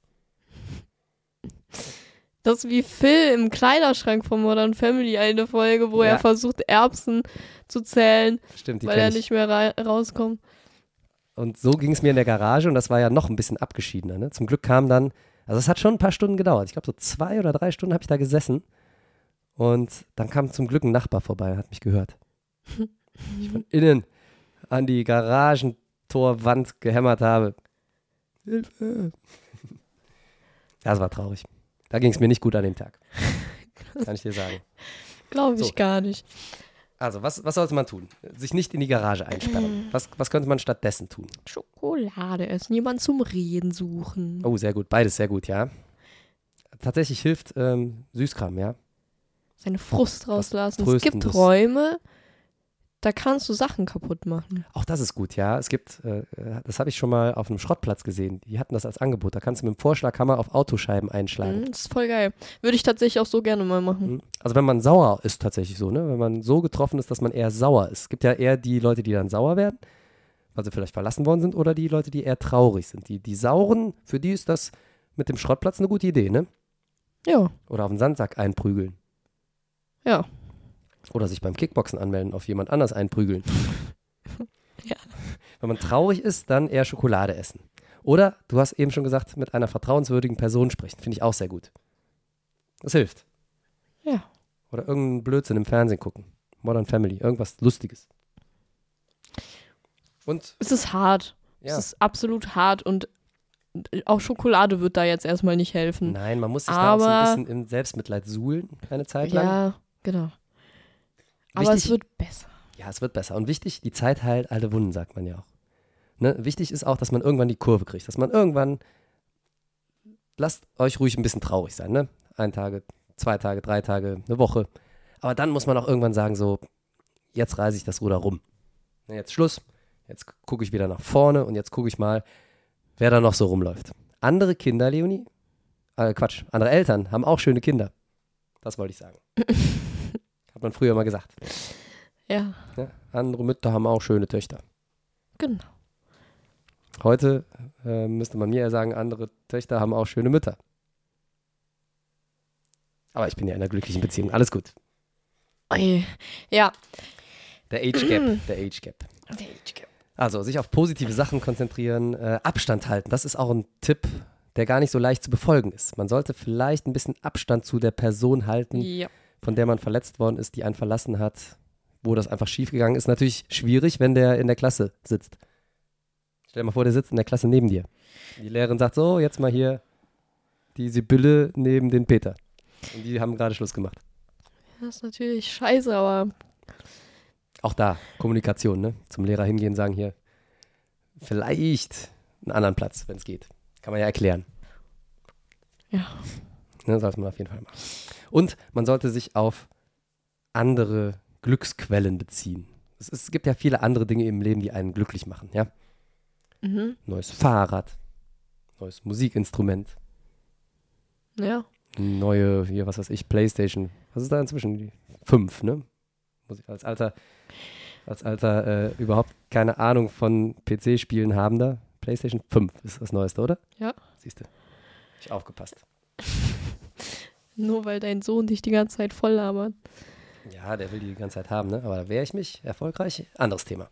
Das ist wie Phil im Kleiderschrank von Modern Family, eine Folge, wo Ja. er versucht, Erbsen zu zählen, Stimmt, die weil kenn er ich. nicht mehr rauskommt. Und so ging es mir in der Garage und das war ja noch ein bisschen abgeschiedener. Ne? Zum Glück kam dann, also es hat schon ein paar Stunden gedauert. Ich glaube so 2 oder 3 Stunden habe ich da gesessen und dann kam zum Glück ein Nachbar vorbei und hat mich gehört. Ich von innen an die Garagentorwand gehämmert habe. Hilfe! Das war traurig. Da ging es mir nicht gut an dem Tag. Kann ich dir sagen. Glaube ich So. gar nicht. Also, was sollte man tun? Sich nicht in die Garage einsperren. Was könnte man stattdessen tun? Schokolade essen, jemanden zum Reden suchen. Oh, sehr gut. Beides sehr gut, ja. Tatsächlich hilft Süßkram, ja. Seine Frust rauslassen. Es gibt Tröstendes. Räume, da kannst du Sachen kaputt machen. Auch das ist gut, ja. Es gibt, das habe ich schon mal auf einem Schrottplatz gesehen. Die hatten das als Angebot. Da kannst du mit dem Vorschlaghammer auf Autoscheiben einschlagen. Das ist voll geil. Würde ich tatsächlich auch so gerne mal machen. Also wenn man sauer ist, tatsächlich so, ne? Wenn man so getroffen ist, dass man eher sauer ist. Es gibt ja eher die Leute, die dann sauer werden, weil sie vielleicht verlassen worden sind, oder die Leute, die eher traurig sind. Die Sauren, für die ist das mit dem Schrottplatz eine gute Idee, ne? Ja, Oder auf den Sandsack einprügeln. ja. Oder sich beim Kickboxen anmelden, auf jemand anders einprügeln. Ja. Wenn man traurig ist, dann eher Schokolade essen. Oder, du hast eben schon gesagt, mit einer vertrauenswürdigen Person sprechen. Finde ich auch sehr gut. Das hilft. Ja. Oder irgendeinen Blödsinn im Fernsehen gucken. Modern Family, irgendwas Lustiges. Und, Es ist hart. ja. Es ist absolut hart und auch Schokolade wird da jetzt erstmal nicht helfen. Nein, man muss sich da auch so ein Aber- bisschen im Selbstmitleid suhlen, eine Zeit lang. Ja, genau. Aber Wichtig- es wird besser. Ja, es wird besser. Und wichtig, die Zeit heilt alte Wunden, sagt man ja auch. Ne? Wichtig ist auch, dass man irgendwann die Kurve kriegt. Dass man irgendwann, lasst euch ruhig ein bisschen traurig sein, ne? 1 Tag, 2 Tage, 3 Tage, eine Woche. Aber dann muss man auch irgendwann sagen, so, jetzt reiße ich das Ruder rum. Ne, jetzt Schluss, jetzt gucke ich wieder nach vorne und jetzt gucke ich mal, wer da noch so rumläuft. Andere Kinder, Leonie, andere Eltern haben auch schöne Kinder. Das wollte ich sagen. Hat man früher mal gesagt. Ja, Ne? Andere Mütter haben auch schöne Töchter. genau. Heute müsste man mir eher sagen, andere Töchter haben auch schöne Mütter. Aber ich bin ja in einer glücklichen Beziehung. Alles gut. Ui. Ja. Der Age Gap, der Age Gap. Also, sich auf positive Sachen konzentrieren, Abstand halten. Das ist auch ein Tipp, der gar nicht so leicht zu befolgen ist. Man sollte vielleicht ein bisschen Abstand zu der Person halten, Ja. von der man verletzt worden ist, die einen verlassen hat, wo das einfach schiefgegangen ist. Natürlich schwierig, wenn der in der Klasse sitzt. Stell dir mal vor, der sitzt in der Klasse neben dir. Die Lehrerin sagt so, jetzt mal hier die Sibylle neben den Peter. Und die haben gerade Schluss gemacht. Das ist natürlich scheiße, aber Auch da, Kommunikation, ne? Zum Lehrer hingehen, sagen hier, vielleicht einen anderen Platz, wenn es geht. Kann man ja erklären. ja. Ne, sollte man auf jeden Fall machen. Und man sollte sich auf andere Glücksquellen beziehen. Es gibt ja viele andere Dinge im Leben, die einen glücklich machen, ja? Mhm. Neues Fahrrad, neues Musikinstrument, Ja. neue, hier, was weiß ich, Playstation. Was ist da inzwischen? Die 5, ne? Muss ich als alter überhaupt keine Ahnung von PC-Spielen haben da. Playstation 5 ist das Neueste, oder? Ja. Siehst du. Ich aufgepasst. Nur weil dein Sohn dich die ganze Zeit voll labert. Ja, der will die ganze Zeit haben, ne? Aber da wehre ich mich erfolgreich. Anderes Thema.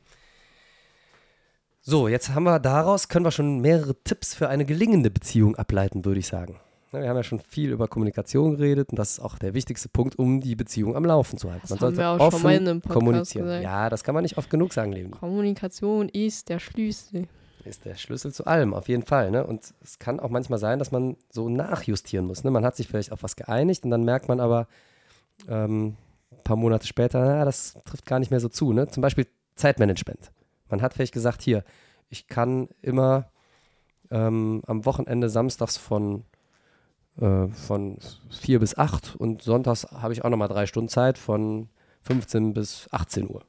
So, jetzt können wir schon mehrere Tipps für eine gelingende Beziehung ableiten, würde ich sagen. Ja, wir haben ja schon viel über Kommunikation geredet und das ist auch der wichtigste Punkt, um die Beziehung am Laufen zu halten. Das Man haben sollte wir auch offen schon mal in einem Podcast kommunizieren. gesagt. Ja, das kann man nicht oft genug sagen, Leonie. Kommunikation ist der Schlüssel. Ist der Schlüssel zu allem, auf jeden Fall. Ne? Und es kann auch manchmal sein, dass man so nachjustieren muss. Ne? Man hat sich vielleicht auf was geeinigt und dann merkt man aber ein paar Monate später, das trifft gar nicht mehr so zu. Ne? Zum Beispiel Zeitmanagement. Man hat vielleicht gesagt, hier, ich kann immer am Wochenende samstags von 4 bis 8 und sonntags habe ich auch nochmal 3 Stunden Zeit von 15 bis 18 Uhr.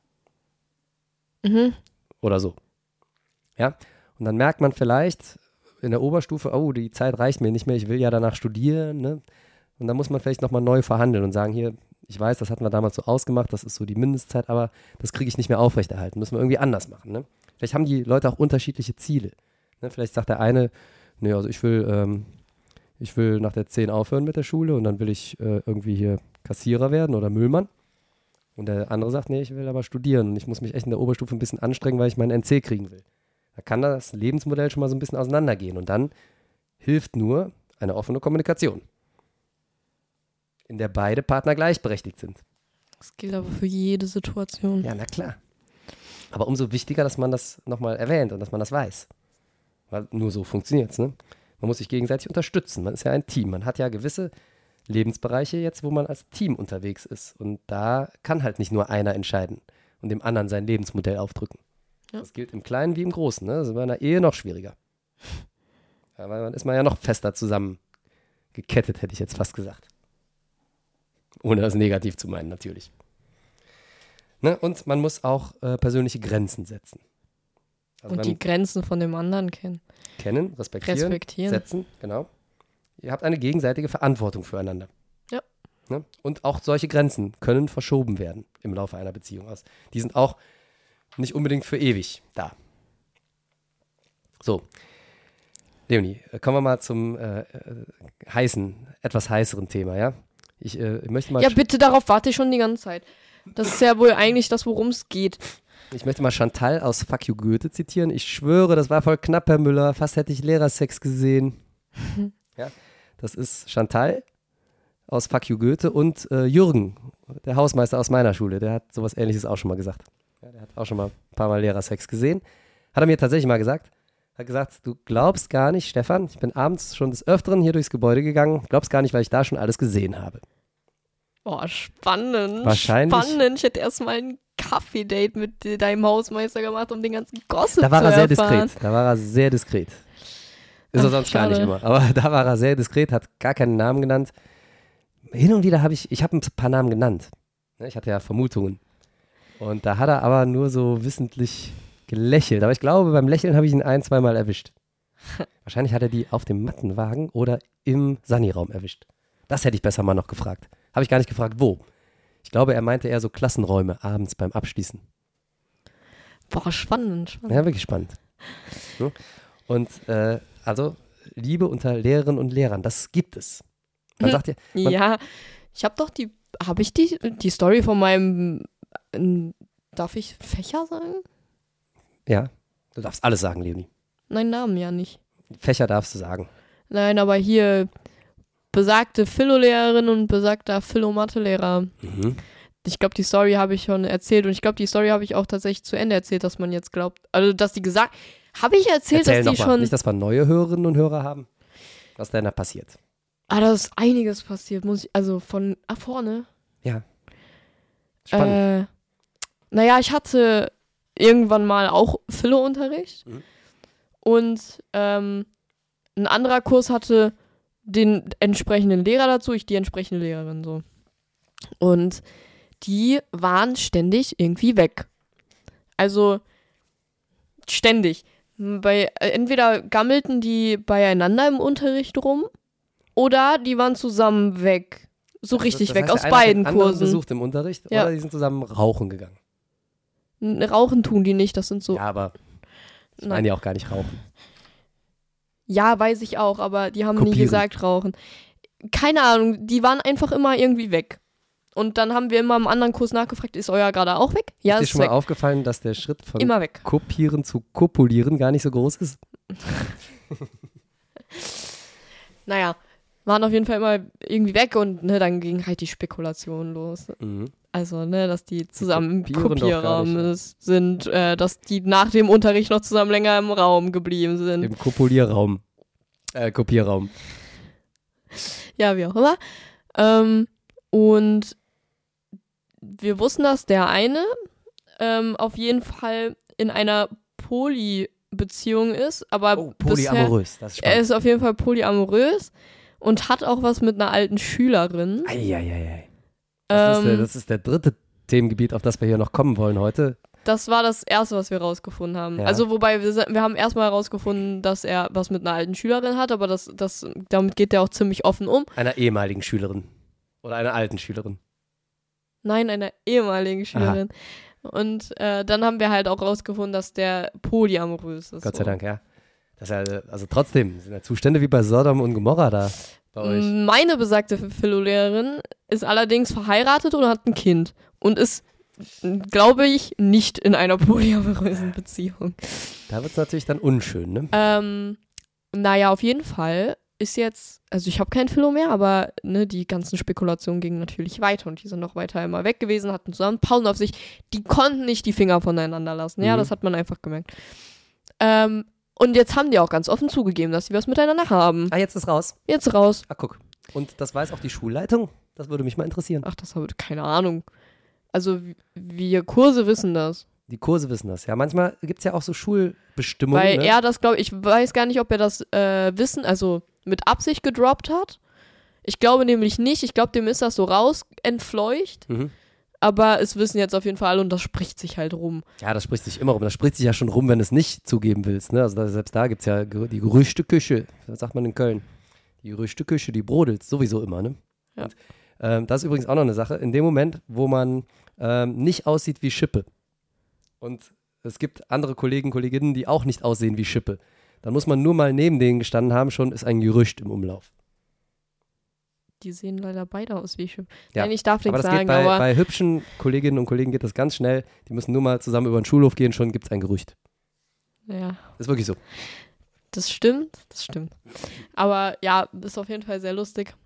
Oder so. Ja, und dann merkt man vielleicht in der Oberstufe, oh, die Zeit reicht mir nicht mehr, ich will ja danach studieren, ne? Und dann muss man vielleicht nochmal neu verhandeln und sagen, hier, ich weiß, das hatten wir damals so ausgemacht, das ist so die Mindestzeit, aber das kriege ich nicht mehr aufrechterhalten, müssen wir irgendwie anders machen, ne? Vielleicht haben die Leute auch unterschiedliche Ziele. Ne? Vielleicht sagt der eine, nee, also ich will nach der 10 aufhören mit der Schule und dann will ich irgendwie hier Kassierer werden oder Müllmann. Und der andere sagt, nee, ich will aber studieren und ich muss mich echt in der Oberstufe ein bisschen anstrengen, weil ich meinen NC kriegen will. Da kann das Lebensmodell schon mal so ein bisschen auseinandergehen und dann hilft nur eine offene Kommunikation, in der beide Partner gleichberechtigt sind. Das gilt aber für jede Situation. Ja, na klar. Aber umso wichtiger, dass man das nochmal erwähnt und dass man das weiß. Weil nur so funktioniert es, ne? Man muss sich gegenseitig unterstützen. Man ist ja ein Team. Man hat ja gewisse Lebensbereiche jetzt, wo man als Team unterwegs ist. Und da kann halt nicht nur einer entscheiden und dem anderen sein Lebensmodell aufdrücken. Ja. Das gilt im Kleinen wie im Großen. Ne? Das ist bei einer Ehe noch schwieriger. Ja, weil man ist ja noch fester zusammen gekettet, hätte ich jetzt fast gesagt. Ohne das negativ zu meinen, natürlich. Ne? Und man muss auch persönliche Grenzen setzen. Also und die Grenzen von dem anderen kennen. Kennen, respektieren, setzen, genau. Ihr habt eine gegenseitige Verantwortung füreinander. Ja. Ne? Und auch solche Grenzen können verschoben werden im Laufe einer Beziehung. Also die sind auch nicht unbedingt für ewig da. So, Leonie, kommen wir mal zum etwas heißeren Thema, ja? Ich möchte mal... Ja, bitte, darauf warte ich schon die ganze Zeit. Das ist ja wohl eigentlich das, worum es geht. Ich möchte mal Chantal aus Fuck You Goethe zitieren. Ich schwöre, das war voll knapp, Herr Müller. Fast hätte ich Lehrersex gesehen. Ja, das ist Chantal aus Fuck You Goethe und Jürgen, der Hausmeister aus meiner Schule. Der hat sowas Ähnliches auch schon mal gesagt. Ja, der hat auch schon mal ein paar Mal Lehrersex gesehen. Hat er mir tatsächlich mal gesagt. Hat gesagt, du glaubst gar nicht, Stefan, ich bin abends schon des Öfteren hier durchs Gebäude gegangen. Glaubst gar nicht, weil ich da schon alles gesehen habe. Boah, spannend. Wahrscheinlich. Spannend. Ich hätte erstmal ein Kaffee-Date mit deinem Hausmeister gemacht, um den ganzen Gossip Da war zu er sehr erfahren. diskret. Da war er sehr diskret. Ist er sonst gar nicht immer. Aber da war er sehr diskret, hat gar keinen Namen genannt. Hin und wieder habe ich ein paar Namen genannt. Ich hatte ja Vermutungen. Und da hat er aber nur so wissentlich gelächelt. Aber ich glaube, beim Lächeln habe ich ihn 1-2 Mal erwischt. Wahrscheinlich hat er die auf dem Mattenwagen oder im Sani-Raum erwischt. Das hätte ich besser mal noch gefragt. Habe ich gar nicht gefragt, wo. Ich glaube, er meinte eher so Klassenräume abends beim Abschließen. Boah, spannend. Ja, wirklich spannend. So. Und also Liebe unter Lehrerinnen und Lehrern, das gibt es. Man sagt ja, ja, ich habe doch die Story von meinem, darf ich Fächer sagen? Ja, du darfst alles sagen, Leonie. Nein, Namen ja nicht. Fächer darfst du sagen. Nein, aber hier besagte Philo-Lehrerin und besagter Philo-Mathe-Lehrer. Mhm. Ich glaube, die Story habe ich schon erzählt und ich glaube, die Story habe ich auch tatsächlich zu Ende erzählt, dass man jetzt glaubt, also dass die gesagt, habe ich erzählt, Erzähl dass die noch mal. schon... Nicht, dass wir neue Hörerinnen und Hörer haben. Was denn da passiert? Da ist einiges passiert, also von vorne. Ja. Spannend. Naja, ich hatte irgendwann mal auch Philo-Unterricht und ein anderer Kurs hatte den entsprechenden Lehrer dazu, ich die entsprechende Lehrerin so. Und die waren ständig irgendwie weg. Also ständig. Entweder gammelten die beieinander im Unterricht rum oder die waren zusammen weg. So richtig das weg, heißt, aus der beiden hat den anderen Kursen. besucht im Unterricht Ja. oder die sind zusammen rauchen gegangen? Rauchen tun die nicht, das sind so... Ja, aber ich Nein. meine ja auch gar nicht rauchen. Ja, weiß ich auch, aber die haben nie Kopieren. gesagt rauchen. Keine Ahnung, die waren einfach immer irgendwie weg. Und dann haben wir immer im anderen Kurs nachgefragt, ist euer gerade auch weg? Ja, Ist dir ist schon mal weg. aufgefallen, dass der Schritt von Immer weg. Kopieren zu kopulieren gar nicht so groß ist? Naja, waren auf jeden Fall immer irgendwie weg und ne, dann ging halt die Spekulation los. Mhm. Also, ne, dass die zusammen im kopieren doch gar Kopierraum nicht. sind, dass die nach dem Unterricht noch zusammen länger im Raum geblieben sind. Im Kopulierraum. Kopierraum. Ja, wie auch immer. Und wir wussten, dass der eine auf jeden Fall in einer Polybeziehung ist, aber Oh, bisher, polyamorös. Das ist er spannend. ist auf jeden Fall polyamorös und hat auch was mit einer alten Schülerin. Eieiei. Ähm, Das ist der dritte Themengebiet, auf das wir hier noch kommen wollen heute. Das war das Erste, was wir rausgefunden haben. Ja. Also wobei wir haben erstmal herausgefunden, dass er was mit einer alten Schülerin hat, aber damit geht er auch ziemlich offen um. Einer ehemaligen Schülerin. Oder einer alten Schülerin. Nein, einer ehemaligen Schülerin. Und dann haben wir halt auch rausgefunden, dass der polyamorös ist. Gott sei Dank, ja. Das ist ja, also trotzdem sind ja Zustände wie bei Sodom und Gomorra da bei euch. Meine besagte Philo-Lehrerin ist allerdings verheiratet und hat ein Kind. Und ist, glaube ich, nicht in einer polyamorösen Beziehung. Da wird es natürlich dann unschön, ne? Naja, auf jeden Fall ist jetzt, also ich habe kein Philo mehr, aber ne, die ganzen Spekulationen gingen natürlich weiter und die sind noch weiter immer weg gewesen, hatten zusammen Pausen auf sich. Die konnten nicht die Finger voneinander lassen. Ja, das hat man einfach gemerkt. Und jetzt haben die auch ganz offen zugegeben, dass sie was miteinander haben. Ah, jetzt ist raus. Jetzt raus. Ah, guck. Und das weiß auch die Schulleitung? Das würde mich mal interessieren. Ach, das habe ich keine Ahnung. Also wir Kurse wissen das. Die Kurse wissen das. Ja, manchmal gibt es ja auch so Schulbestimmungen. Weil ne? er das, glaube ich, weiß gar nicht, ob er das Wissen, also mit Absicht gedroppt hat. Ich glaube nämlich nicht. Ich glaube, dem ist das so raus entfleucht. Mhm. Aber es wissen jetzt auf jeden Fall alle und das spricht sich halt rum. Ja, das spricht sich immer rum. Das spricht sich ja schon rum, wenn du es nicht zugeben willst. Ne? Also selbst da gibt es ja die Gerüchteküche. Das sagt man in Köln. Die Gerüchteküche, die brodelt sowieso immer. Ne? Ja. Und, das ist übrigens auch noch eine Sache. In dem Moment, wo man nicht aussieht wie Schippe und es gibt andere Kollegen, Kolleginnen, die auch nicht aussehen wie Schippe, dann muss man nur mal neben denen gestanden haben, schon ist ein Gerücht im Umlauf. Die sehen leider beide aus wie ich. Ja, Nein, ich darf aber nichts das sagen, geht aber bei hübschen Kolleginnen und Kollegen geht das ganz schnell. Die müssen nur mal zusammen über den Schulhof gehen, schon gibt es ein Gerücht. ja, Ist wirklich so. das stimmt. Aber ja, ist auf jeden Fall sehr lustig.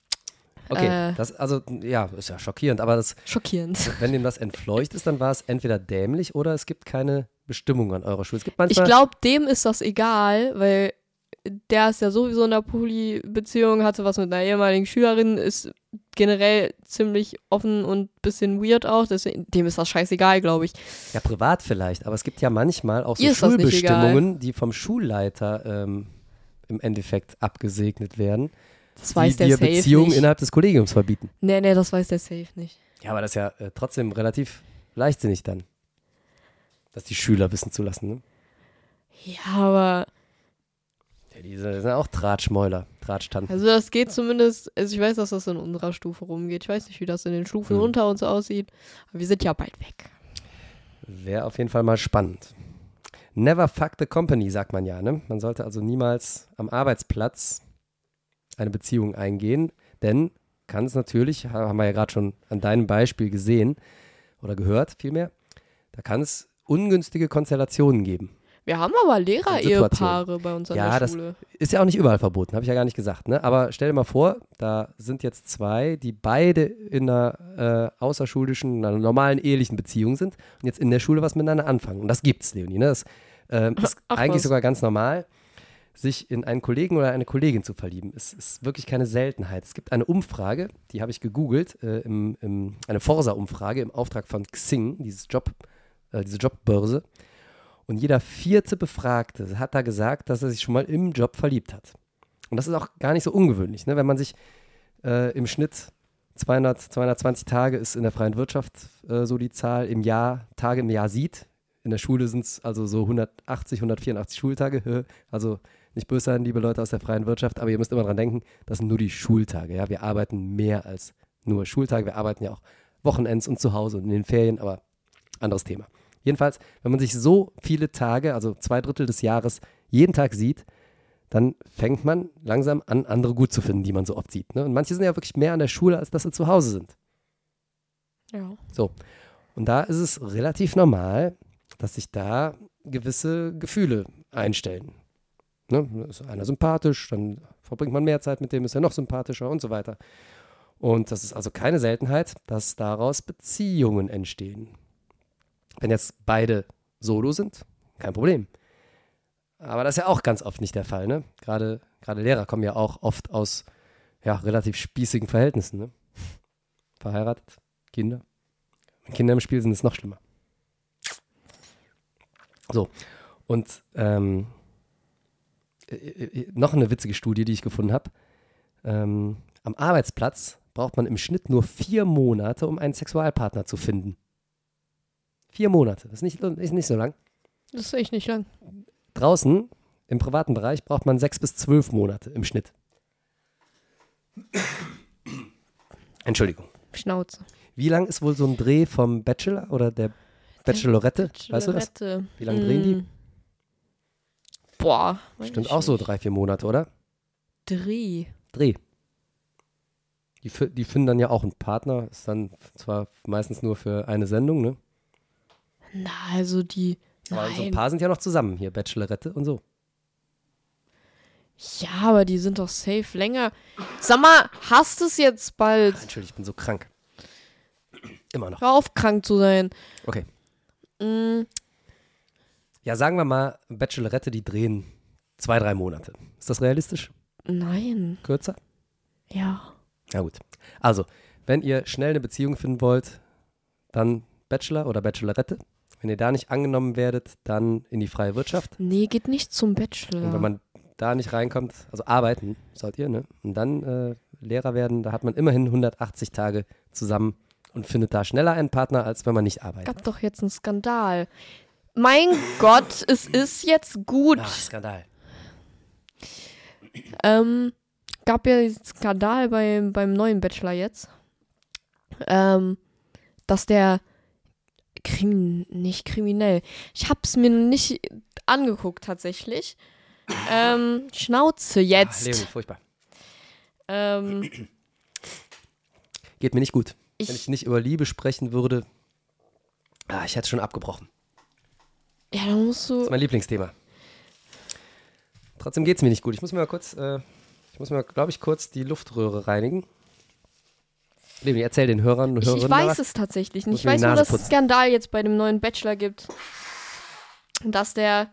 Okay, das ist ja schockierend, aber Schockierend. wenn dem das entfleucht ist, dann war es entweder dämlich oder es gibt keine Bestimmung an eurer Schule. Es gibt Ich manchmal, glaube, dem ist das egal, weil der ist ja sowieso in einer Poly-Beziehung, hatte was mit einer ehemaligen Schülerin, ist generell ziemlich offen und ein bisschen weird auch, deswegen, dem ist das scheißegal, glaube ich. ja privat vielleicht, aber es gibt ja manchmal auch so Ihr ist das nicht Schulbestimmungen, die vom Schulleiter im Endeffekt abgesegnet werden, Das weiß die der dir safe Beziehungen nicht. innerhalb des Kollegiums verbieten. Nee, das weiß der safe nicht. Ja, aber das ist ja trotzdem relativ leichtsinnig dann, das die Schüler wissen zu lassen. Ne? Ja, aber Ja, die sind auch Tratschmäuler, Tratschtanten. also das geht zumindest, also ich weiß, dass das in unserer Stufe rumgeht. Ich weiß nicht, wie das in den Stufen unter uns aussieht, aber wir sind ja bald weg. Wäre auf jeden Fall mal spannend. Never fuck the company, sagt man ja. Ne? Man sollte also niemals am Arbeitsplatz eine Beziehung eingehen, denn kann es natürlich, haben wir ja gerade schon an deinem Beispiel gesehen oder gehört vielmehr, da kann es ungünstige Konstellationen geben. Wir haben aber Lehrer-Ehepaare bei uns an Ja, der Schule. Ist ja auch nicht überall verboten, habe ich ja gar nicht gesagt. Ne? Aber stell dir mal vor, da sind jetzt zwei, die beide in einer außerschulischen, einer normalen ehelichen Beziehung sind und jetzt in der Schule was miteinander anfangen. Und das gibt's, Leonie. Ne? Das ist Ach, eigentlich was. sogar ganz normal, sich in einen Kollegen oder eine Kollegin zu verlieben. Es ist wirklich keine Seltenheit. Es gibt eine Umfrage, die habe ich gegoogelt, eine Forsa-Umfrage im Auftrag von Xing, diese Jobbörse. Und jeder vierte Befragte hat da gesagt, dass er sich schon mal im Job verliebt hat. Und das ist auch gar nicht so ungewöhnlich, ne? Wenn man sich im Schnitt 220 Tage ist in der freien Wirtschaft so die Zahl Tage im Jahr sieht. In der Schule sind es also so 180, 184 Schultage. Also nicht böse sein, liebe Leute aus der freien Wirtschaft, aber ihr müsst immer dran denken, das sind nur die Schultage. Ja? Wir arbeiten mehr als nur Schultage. Wir arbeiten ja auch Wochenends und zu Hause und in den Ferien, aber anderes Thema. Jedenfalls, wenn man sich so viele Tage, also 2/3 des Jahres, jeden Tag sieht, dann fängt man langsam an, andere gut zu finden, die man so oft sieht. Ne? Und manche sind ja wirklich mehr an der Schule, als dass sie zu Hause sind. Ja. So. Und da ist es relativ normal, dass sich da gewisse Gefühle einstellen. Ne? Ist einer sympathisch, dann verbringt man mehr Zeit mit dem, ist er noch sympathischer und so weiter. Und das ist also keine Seltenheit, dass daraus Beziehungen entstehen. Wenn jetzt beide solo sind, kein Problem. Aber das ist ja auch ganz oft nicht der Fall. Ne? Gerade Lehrer kommen ja auch oft aus relativ spießigen Verhältnissen. Ne? Verheiratet, Kinder. Wenn Kinder im Spiel sind, ist es noch schlimmer. So, und noch eine witzige Studie, die ich gefunden habe. Am Arbeitsplatz braucht man im Schnitt nur 4 Monate, um einen Sexualpartner zu finden. 4 Monate, das ist nicht so lang. Das ist echt nicht lang. Draußen, im privaten Bereich, braucht man 6 bis 12 Monate im Schnitt. Entschuldigung. Schnauze. Wie lang ist wohl so ein Dreh vom Bachelor oder der Bachelorette? Weißt du das? Wie lange drehen die? Boah. Bestimmt auch so 3-4 Monate, oder? Dreh. Die finden dann ja auch einen Partner. Ist dann zwar meistens nur für eine Sendung, ne? Na, also die. Aber so ein Nein. paar sind ja noch zusammen hier, Bachelorette und so. Ja, aber die sind doch safe länger. Sag mal, hast es jetzt bald? Entschuldigung, ich bin so krank. Immer noch. Hör auf, krank zu sein. Okay. Mm, Ja, sagen wir mal, Bachelorette, die drehen 2-3 Monate. Ist das realistisch? nein. Kürzer? Ja. Na gut. Also, wenn ihr schnell eine Beziehung finden wollt, dann Bachelor oder Bachelorette. Wenn ihr da nicht angenommen werdet, dann in die freie Wirtschaft. Nee, geht nicht zum Bachelor. Und wenn man da nicht reinkommt, also arbeiten sollt ihr, ne? Und dann Lehrer werden, da hat man immerhin 180 Tage zusammen und findet da schneller einen Partner, als wenn man nicht arbeitet. Gab doch jetzt einen Skandal. Mein Gott, es ist jetzt gut. Skandal. Gab ja diesen Skandal beim neuen Bachelor jetzt. Dass der nicht kriminell. Ich hab's mir nicht angeguckt tatsächlich. Schnauze jetzt. Leonie, furchtbar. Ähm, Geht mir nicht gut. Wenn ich, ich nicht über Liebe sprechen würde, ich hätte es schon abgebrochen. ja, dann musst Das ist du. mein Lieblingsthema. Trotzdem geht es mir nicht gut. Ich muss mir glaube ich, kurz die Luftröhre reinigen. Leonie, erzähl den Hörern und Ich Hörerinnen weiß was. es tatsächlich Muss nicht. Ich mir die weiß nur, Nase dass es putzen. Skandal jetzt bei dem neuen Bachelor gibt. Dass der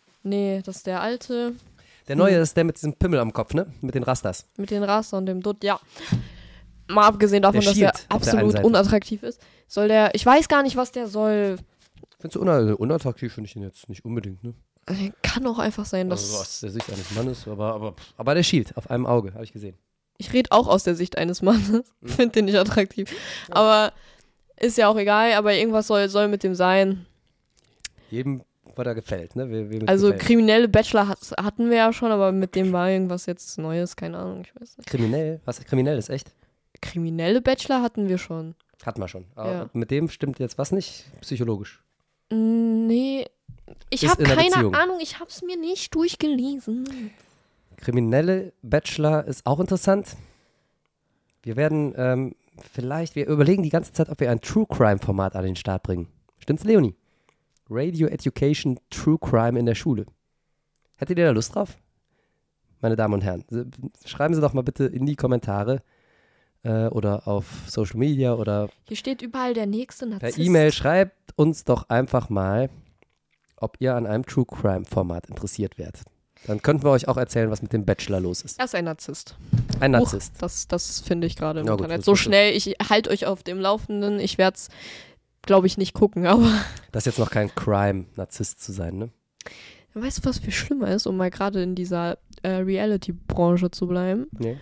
alte Der neue ist der mit diesem Pimmel am Kopf, ne? Mit den Rastas. mit den Raster und dem Dutt, ja. Mal abgesehen davon, Der dass er schielt auf der einen absolut Seite. unattraktiv ist, ich weiß gar nicht, was der soll. Findest du unattraktiv, finde ich ihn jetzt nicht unbedingt, ne? Kann auch einfach sein, dass. Also so aus der Sicht eines Mannes, aber der schielt auf einem Auge, habe ich gesehen. Ich rede auch aus der Sicht eines Mannes. Finde den nicht attraktiv. Aber ist ja auch egal, aber irgendwas soll mit dem sein. Jedem, was da gefällt, ne? Wem es Also gefällt. kriminelle Bachelor hatten wir ja schon, aber mit dem war irgendwas jetzt Neues, keine Ahnung, ich weiß nicht. Kriminell? Was? Kriminell ist echt? Kriminelle Bachelor hatten wir schon. Hatten wir schon. Aber Ja. mit dem stimmt jetzt was nicht? Psychologisch. Nee, ich Ist habe in einer keine Beziehung. Ahnung, ich habe es mir nicht durchgelesen. Kriminelle Bachelor ist auch interessant. Wir werden wir überlegen die ganze Zeit, ob wir ein True Crime Format an den Start bringen. Stimmt's, Leonie? Radio Education True Crime in der Schule. Hättet ihr da Lust drauf? Meine Damen und Herren, schreiben Sie doch mal bitte in die Kommentare oder auf Social Media oder Hier steht überall der nächste per Narzisst. E-Mail. Schreibt uns doch einfach mal, ob ihr an einem True Crime Format interessiert wärt. Dann könnten wir euch auch erzählen, was mit dem Bachelor los ist. Er ist ein Narzisst. Ein Narzisst. Das finde ich gerade im Na gut, Internet. das So ist schnell, ich halte euch auf dem Laufenden. Ich werde es, glaube ich, nicht gucken, aber Das ist jetzt noch kein Crime-Narzisst zu sein, ne? weißt du, was viel schlimmer ist, um mal gerade in dieser Reality-Branche zu bleiben? Nee.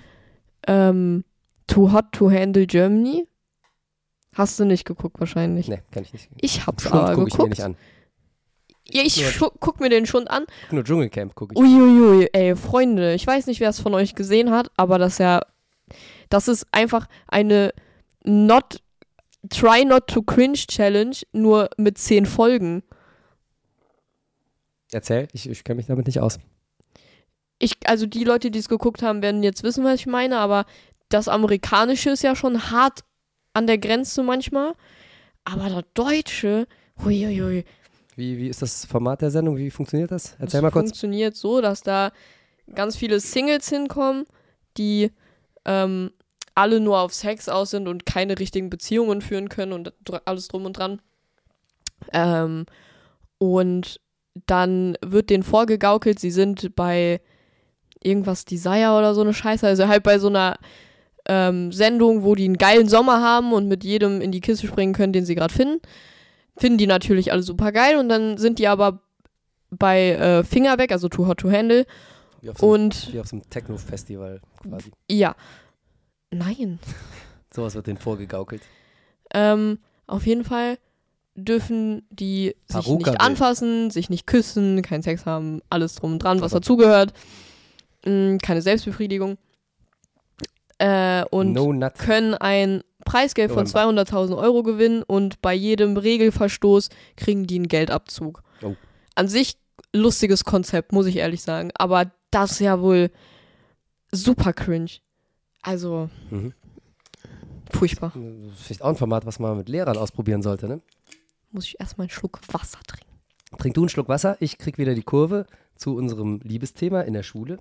Too Hot to Handle Germany? Hast du nicht geguckt wahrscheinlich. Nee, kann ich nicht. Ich hab's Schund aber gucke ich mir geguckt. nicht an. Ja, ich Nur- guck mir den schon an. Nur Dschungelcamp gucke ich. Uiuiui, ey, Freunde, ich weiß nicht, wer es von euch gesehen hat, aber das ist einfach eine Try Not to Cringe Challenge, nur mit 10 Folgen. Erzähl, ich kenne mich damit nicht aus. Also die Leute, die es geguckt haben, werden jetzt wissen, was ich meine, aber das Amerikanische ist ja schon hart an der Grenze manchmal. Aber das Deutsche, huiuiui. Wie ist das Format der Sendung? Wie funktioniert das? Erzähl mal kurz. Es funktioniert so, dass da ganz viele Singles hinkommen, die alle nur auf Sex aus sind und keine richtigen Beziehungen führen können und alles drum und dran. Und dann wird denen vorgegaukelt, sie sind bei irgendwas Desire oder so eine Scheiße, also halt bei so einer Sendung, wo die einen geilen Sommer haben und mit jedem in die Kiste springen können, den sie gerade finden. Finden die natürlich alle super geil und dann sind die aber bei Finger weg, also Too Hot to Handle. Wie auf so einem Techno-Festival quasi. Ja. Nein. Sowas wird denen vorgegaukelt. Auf jeden Fall dürfen die sich Paruka nicht anfassen, sich nicht küssen, keinen Sex haben, alles drum und dran, was dazugehört. Keine Selbstbefriedigung. Und können ein Preisgeld von 200.000 Euro gewinnen und bei jedem Regelverstoß kriegen die einen Geldabzug. Oh. An sich lustiges Konzept, muss ich ehrlich sagen, aber das ist ja wohl super cringe. Also, furchtbar. Das ist vielleicht auch ein Format, was man mit Lehrern ausprobieren sollte, ne? Muss ich erstmal einen Schluck Wasser trinken. Trink du einen Schluck Wasser, ich krieg wieder die Kurve zu unserem Liebesthema in der Schule.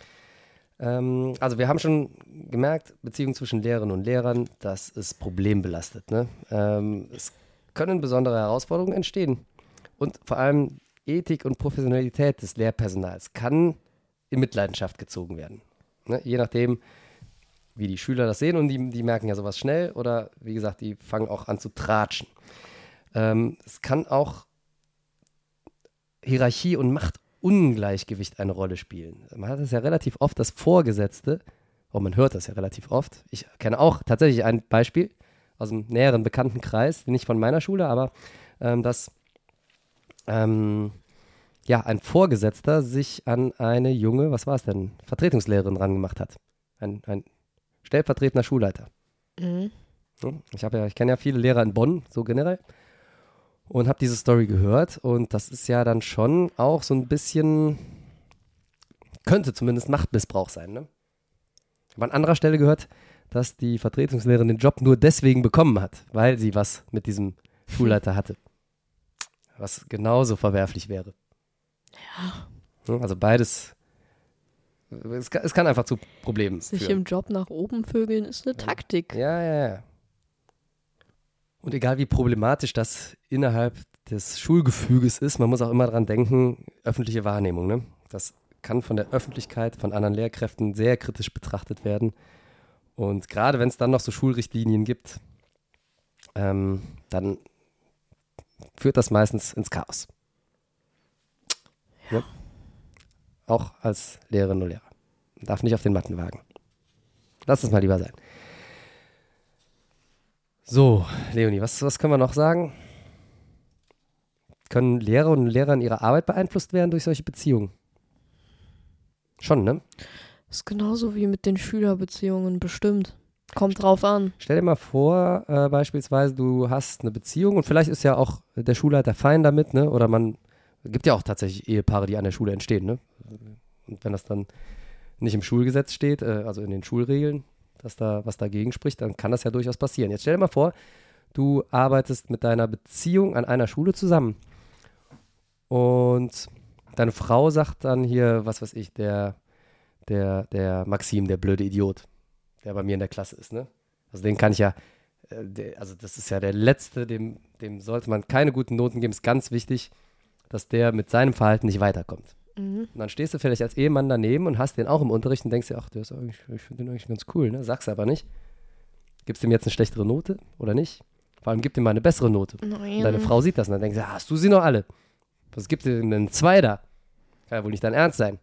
Also wir haben schon gemerkt, Beziehungen zwischen Lehrerinnen und Lehrern, das ist problembelastet. Ne? Es können besondere Herausforderungen entstehen. Und vor allem Ethik und Professionalität des Lehrpersonals kann in Mitleidenschaft gezogen werden. Ne? Je nachdem, wie die Schüler das sehen und die merken ja sowas schnell oder wie gesagt, die fangen auch an zu tratschen. Es kann auch Hierarchie und Machtungleichgewicht eine Rolle spielen. Man hat es ja relativ oft, dass Vorgesetzte, man hört das ja relativ oft, ich kenne auch tatsächlich ein Beispiel aus einem näheren Bekanntenkreis, nicht von meiner Schule, aber dass ein Vorgesetzter sich an eine junge, was war es denn, Vertretungslehrerin rangemacht hat. Ein stellvertretender Schulleiter. Mhm. Ich kenne ja viele Lehrer in Bonn, so generell. Und habe diese Story gehört und das ist ja dann schon auch so ein bisschen, könnte zumindest Machtmissbrauch sein, ne? Ich habe an anderer Stelle gehört, dass die Vertretungslehrerin den Job nur deswegen bekommen hat, weil sie was mit diesem Schulleiter hatte. Was genauso verwerflich wäre. Ja. Also beides, es kann einfach zu Problemen Sich führen. im Job nach oben vögeln ist eine Taktik. Ja. Und egal wie problematisch das innerhalb des Schulgefüges ist, man muss auch immer dran denken, öffentliche Wahrnehmung. Ne? Das kann von der Öffentlichkeit, von anderen Lehrkräften sehr kritisch betrachtet werden. Und gerade wenn es dann noch so Schulrichtlinien gibt, dann führt das meistens ins Chaos. Ja. Auch als Lehrerinnen und Lehrer. Darf nicht auf den Matten wagen. Lass es mal lieber sein. So, Leonie, was können wir noch sagen? Können Lehrerinnen und Lehrer in ihrer Arbeit beeinflusst werden durch solche Beziehungen? Schon, ne? Das ist genauso wie mit den Schülerbeziehungen, bestimmt. Kommt drauf an. Stell dir mal vor, beispielsweise, du hast eine Beziehung und vielleicht ist ja auch der Schulleiter fein damit, ne? Oder gibt ja auch tatsächlich Ehepaare, die an der Schule entstehen, ne? Und wenn das dann nicht im Schulgesetz steht, also in den Schulregeln, dass da was dagegen spricht, dann kann das ja durchaus passieren. Jetzt stell dir mal vor, du arbeitest mit deiner Beziehung an einer Schule zusammen und deine Frau sagt dann hier, was weiß ich, der Maxim, der blöde Idiot, der bei mir in der Klasse ist, ne? Also den kann ich ja, das ist ja der Letzte, dem sollte man keine guten Noten geben, ist ganz wichtig, dass der mit seinem Verhalten nicht weiterkommt. Und dann stehst du vielleicht als Ehemann daneben und hast den auch im Unterricht und denkst dir, ach, ich finde den eigentlich ganz cool, ne? Sag's aber nicht. Gibst ihm jetzt eine schlechtere Note oder nicht? Vor allem gib ihm mal eine bessere Note. Nein. Und deine Frau sieht das und dann denkst du, hast du sie noch alle? Was gibt dir denn einen 2 da? Kann ja wohl nicht dein Ernst sein.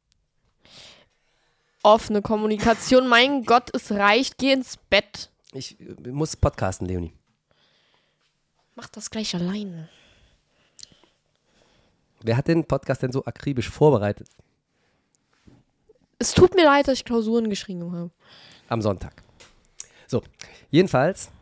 Offene Kommunikation, mein Gott, es reicht, geh ins Bett. Ich muss podcasten, Leonie. Mach das gleich alleine. Wer hat den Podcast denn so akribisch vorbereitet? Es tut mir leid, dass ich Klausuren geschrieben habe. Am Sonntag. So, jedenfalls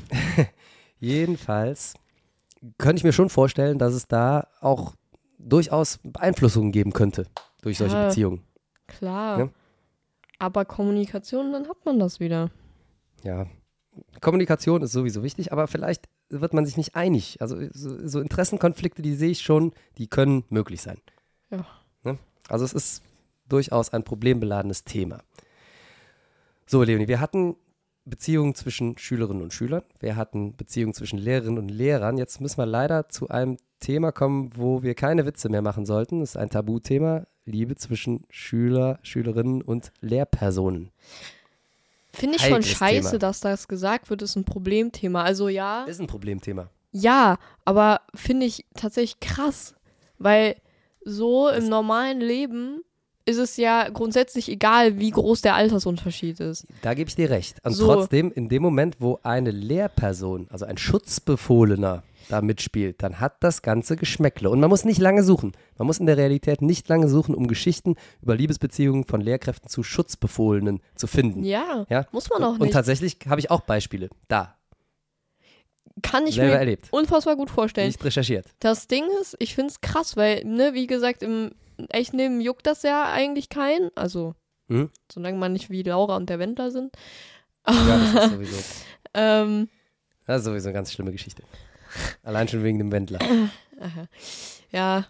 könnte ich mir schon vorstellen, dass es da auch durchaus Beeinflussungen geben könnte durch solche Beziehungen. Klar. Ne? Aber Kommunikation, dann hat man das wieder. Ja, Kommunikation ist sowieso wichtig, aber vielleicht wird man sich nicht einig. Also so Interessenkonflikte, die sehe ich schon, die können möglich sein. Ja. Ne? Also es ist durchaus ein problembeladenes Thema. So, Leonie, wir hatten Beziehungen zwischen Schülerinnen und Schülern. Wir hatten Beziehungen zwischen Lehrerinnen und Lehrern. Jetzt müssen wir leider zu einem Thema kommen, wo wir keine Witze mehr machen sollten. Das ist ein Tabuthema. Liebe zwischen Schüler, Schülerinnen und Lehrpersonen. Finde ich schon Heikles scheiße, Thema. dass das gesagt wird, ist ein Problemthema. Also ja, Ist ein Problemthema. ja, aber finde ich tatsächlich krass, weil so im normalen Leben ist es ja grundsätzlich egal, wie groß der Altersunterschied ist. Da gebe ich dir recht. Und So. trotzdem, in dem Moment, wo eine Lehrperson, also ein Schutzbefohlener, da mitspielt, dann hat das Ganze Geschmäckle. Und man muss nicht lange suchen. Man muss in der Realität nicht lange suchen, um Geschichten über Liebesbeziehungen von Lehrkräften zu Schutzbefohlenen zu finden. Ja, Ja? muss man auch Und nicht. tatsächlich habe ich auch Beispiele. Da, Kann ich selber mir erlebt. unfassbar gut vorstellen. Nicht recherchiert. Das Ding ist, ich finde es krass, weil, ne, wie gesagt, im echten Leben juckt das ja eigentlich keinen. Also, Mhm. solange man nicht wie Laura und der Wendler sind. Ja, das ist sowieso. Ähm, Das ist sowieso eine ganz schlimme Geschichte. Allein schon wegen dem Wendler. ja,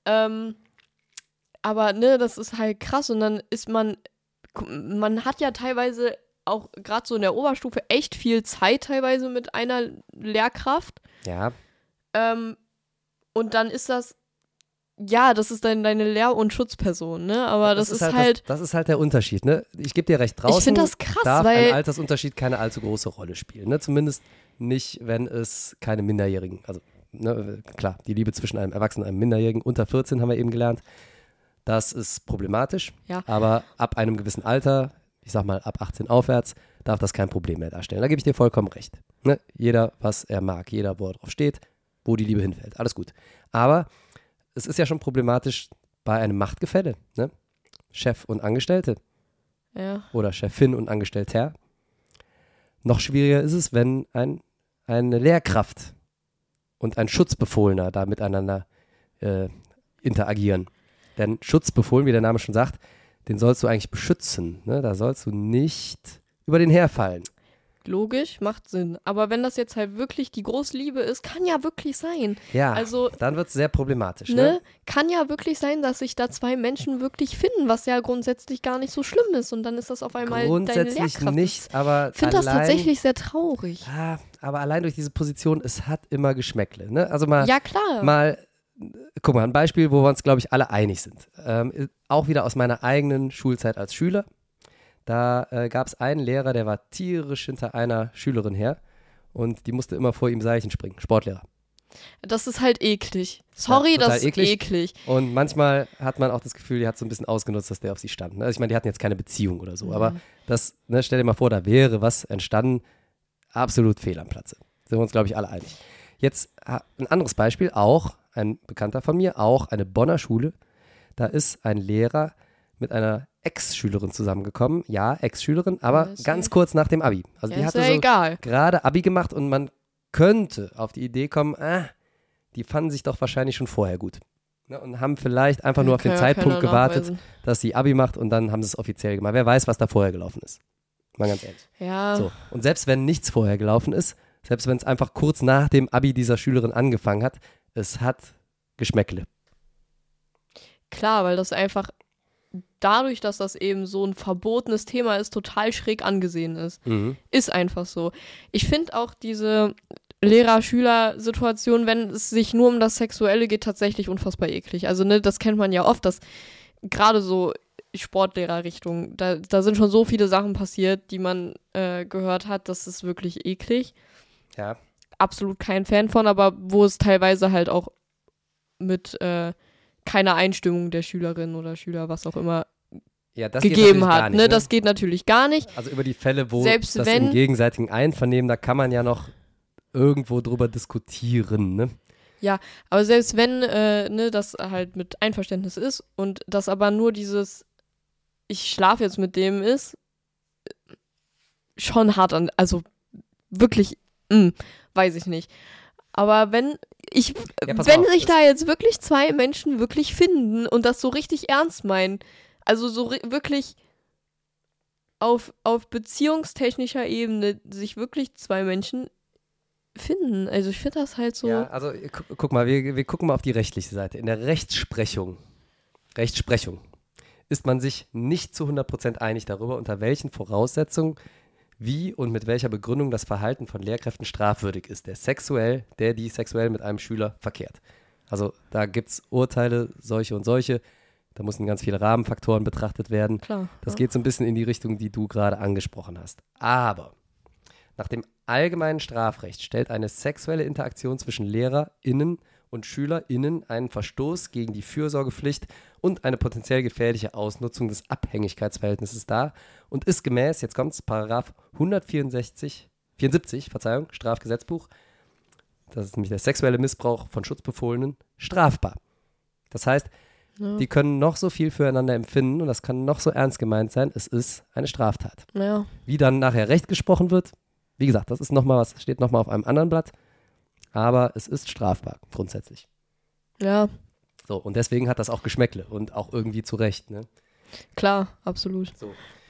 aber ne, das ist halt krass und dann ist man hat ja teilweise auch gerade so in der Oberstufe echt viel Zeit teilweise mit einer Lehrkraft Ja, und dann ist das, ja, das ist dann deine Lehr- und Schutzperson, ne, aber das ist halt das ist halt der Unterschied, ne? Ich gebe dir recht, draußen ich finde das krass, darf weil ein Altersunterschied keine allzu große Rolle spielen, ne? Zumindest nicht, wenn es keine Minderjährigen, also ne, klar, die Liebe zwischen einem Erwachsenen und einem Minderjährigen unter 14 haben wir eben gelernt, das ist problematisch, Ja. aber ab einem gewissen Alter, ich sag mal ab 18 aufwärts, darf das kein Problem mehr darstellen. Da gebe ich dir vollkommen recht. Ne? Jeder, was er mag, jeder, wo er drauf steht, wo die Liebe hinfällt, alles gut. Aber es ist ja schon problematisch bei einem Machtgefälle, ne? Chef und Angestellte ja, oder Chefin und Angestellter. Noch schwieriger ist es, wenn eine Lehrkraft und ein Schutzbefohlener da miteinander interagieren. Denn Schutzbefohlen, wie der Name schon sagt, den sollst du eigentlich beschützen. Ne? Da sollst du nicht über den herfallen. logisch, macht Sinn, aber wenn das jetzt halt wirklich die Großliebe ist, kann ja wirklich sein, Ja, also dann wird es sehr problematisch. ne, Ne? kann ja wirklich sein, dass sich da zwei Menschen wirklich finden, was ja grundsätzlich gar nicht so schlimm ist und dann ist das auf einmal deine Grundsätzlich Lehrkraft. nicht, aber Ich finde das allein, tatsächlich sehr traurig. Ja, aber allein durch diese Position, es hat immer Geschmäckle. Ne? Also mal, Ja, klar. guck mal, ein Beispiel, wo wir uns, glaube ich, alle einig sind. Auch wieder aus meiner eigenen Schulzeit als Schüler. Da gab es einen Lehrer, der war tierisch hinter einer Schülerin her und die musste immer vor ihm Seilchen springen, Sportlehrer. Das ist halt eklig. Sorry, Ja, total das ist eklig. Und manchmal hat man auch das Gefühl, die hat so ein bisschen ausgenutzt, dass der auf sie stand. Ne? Also ich meine, die hatten jetzt keine Beziehung oder so, aber das, ne, stell dir mal vor, da wäre was entstanden, absolut fehl am Platze. Sind wir uns, glaube ich, alle einig. Jetzt ein anderes Beispiel, auch ein Bekannter von mir, auch eine Bonner Schule. Da ist ein Lehrer mit einer Ex-Schülerin zusammengekommen. Ja, Ex-Schülerin, aber Ja, ist ganz ja- kurz nach dem Abi. Also Ja, die ist hatte ja so egal. gerade Abi gemacht und man könnte auf die Idee kommen, die fanden sich doch wahrscheinlich schon vorher gut. Ne, und haben vielleicht einfach nur auf den Kann ja Zeitpunkt keiner gewartet, nachweisen. dass sie Abi macht und dann haben sie es offiziell gemacht. Wer weiß, was da vorher gelaufen ist. Mal ganz ehrlich. Ja, So. Und selbst wenn nichts vorher gelaufen ist, selbst wenn es einfach kurz nach dem Abi dieser Schülerin angefangen hat, es hat Geschmäckle. klar, weil das einfach dadurch, dass das eben so ein verbotenes Thema ist, total schräg angesehen ist. Mhm. Ist einfach so. Ich finde auch diese Lehrer-Schüler-Situation, wenn es sich nur um das Sexuelle geht, tatsächlich unfassbar eklig. Also, ne, das kennt man ja oft, dass gerade so Sportlehrer-Richtung, da sind schon so viele Sachen passiert, die man gehört hat, das ist wirklich eklig. Ja. Absolut kein Fan von, aber wo es teilweise halt auch mit keiner Einstimmung der Schülerin oder Schüler, was auch immer, Ja, das geht gegeben natürlich gar hat. nicht, Ne? Das geht natürlich gar nicht. also über die Fälle, wo Selbst das wenn- im gegenseitigen Einvernehmen, da kann man ja noch irgendwo drüber diskutieren. Ne? Aber selbst wenn ne, das halt mit Einverständnis ist und das aber nur dieses ich schlafe jetzt mit dem ist, schon hart an, also wirklich, weiß ich nicht. Aber wenn Ja, pass wenn auf, sich das- da jetzt wirklich zwei Menschen wirklich finden und das so richtig ernst meinen, Also so wirklich auf beziehungstechnischer Ebene sich wirklich zwei Menschen finden. Also ich finde das halt so. Ja, also guck mal, wir gucken mal auf die rechtliche Seite. In der Rechtsprechung ist man sich nicht zu 100% einig darüber, unter welchen Voraussetzungen, wie und mit welcher Begründung das Verhalten von Lehrkräften strafwürdig ist, die sexuell mit einem Schüler verkehrt. Also da gibt es Urteile, solche und solche. Da müssen ganz viele Rahmenfaktoren betrachtet werden. Klar. Das geht so ein bisschen in die Richtung, die du gerade angesprochen hast. Aber nach dem allgemeinen Strafrecht stellt eine sexuelle Interaktion zwischen LehrerInnen und SchülerInnen einen Verstoß gegen die Fürsorgepflicht und eine potenziell gefährliche Ausnutzung des Abhängigkeitsverhältnisses dar und ist gemäß, jetzt kommt's, Paragraph 174, Strafgesetzbuch, das ist nämlich der sexuelle Missbrauch von Schutzbefohlenen, strafbar. Das heißt, die können noch so viel füreinander empfinden und das kann noch so ernst gemeint sein, es ist eine Straftat. Ja. Wie dann nachher Recht gesprochen wird, wie gesagt, das ist nochmal was, steht nochmal auf einem anderen Blatt, aber es ist strafbar, grundsätzlich. Ja. So, und deswegen hat das auch Geschmäckle und auch irgendwie zu Recht, ne? Klar, absolut. So.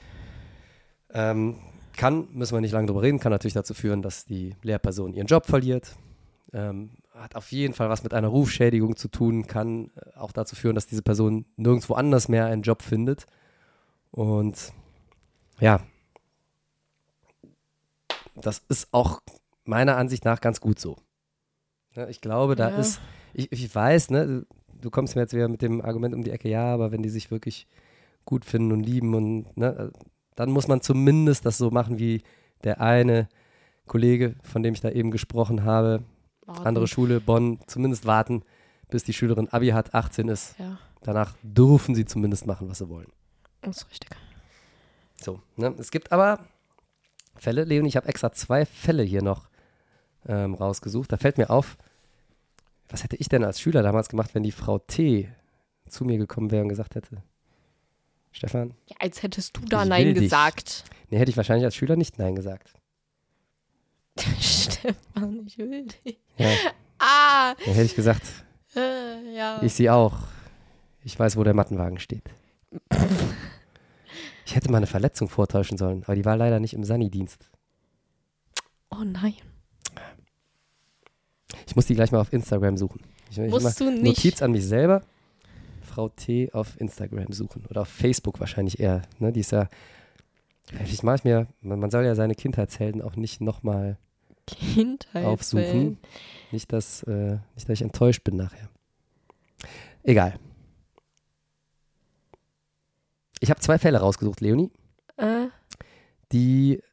Müssen wir nicht lange drüber reden, kann natürlich dazu führen, dass die Lehrperson ihren Job verliert. Hat auf jeden Fall was mit einer Rufschädigung zu tun, kann auch dazu führen, dass diese Person nirgendwo anders mehr einen Job findet. Und ja, das ist auch meiner Ansicht nach ganz gut so. Ja, ich glaube, da ist, ich weiß, ne, du kommst mir jetzt wieder mit dem Argument um die Ecke, ja, aber wenn die sich wirklich gut finden und lieben und ne, dann muss man zumindest das so machen, wie der eine Kollege, von dem ich da eben gesprochen habe, andere Schule, Bonn, zumindest warten, bis die Schülerin Abi hat, 18 ist. Ja. Danach dürfen sie zumindest machen, was sie wollen. Das ist richtig. So, ne? Es gibt aber Fälle, Leonie, ich habe extra 2 Fälle hier noch rausgesucht. Da fällt mir auf, was hätte ich denn als Schüler damals gemacht, wenn die Frau T. zu mir gekommen wäre und gesagt hätte, Stefan? Ja, als hättest du da Ich Nein will dich. gesagt. Nee, hätte ich wahrscheinlich als Schüler nicht Nein gesagt. Stefan, ich will dich. Ja, dann hätte ich gesagt, Ja. ich sie auch. Ich weiß, wo der Mattenwagen steht. Ich hätte mal eine Verletzung vortäuschen sollen, aber die war leider nicht im Sani-Dienst. Oh nein. Ich muss die gleich mal auf Instagram suchen. Ich Musst du nicht. Notiz an mich selber. Frau T. auf Instagram suchen. Oder auf Facebook wahrscheinlich eher. Ne? Die ist ja, vielleicht mache ich mir, man soll ja seine Kindheitshelden auch nicht nochmal aufsuchen. Nicht, dass ich enttäuscht bin nachher. Egal. Ich habe 2 Fälle rausgesucht, Leonie, die